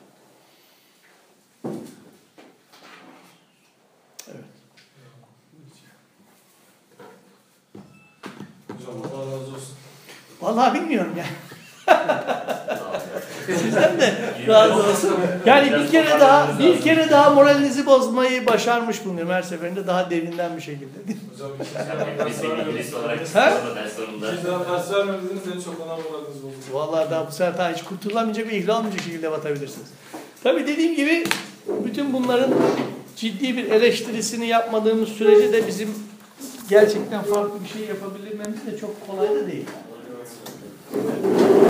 Evet. Hocam Allah razı olsun. Vallahi bilmiyorum ya. Sizden de razı olsun. Yani bir kere daha bir kere daha moralinizi bozmayı başarmış bulunuyorum her seferinde daha derinden bir şekilde. Hocam Biz bir İngiliz olarak Ha? ders sonunda. İkinci dönem ders vermediniz en çok ona moraliniz bozuldu. Vallahi daha bu sefer daha hiç kurtulamayacak ve ihlal olmayacak şekilde batabilirsiniz. Tabii dediğim gibi bütün bunların ciddi bir eleştirisini yapmadığımız sürece de bizim gerçekten farklı bir şey yapabilmemiz de çok kolay da değil. Evet.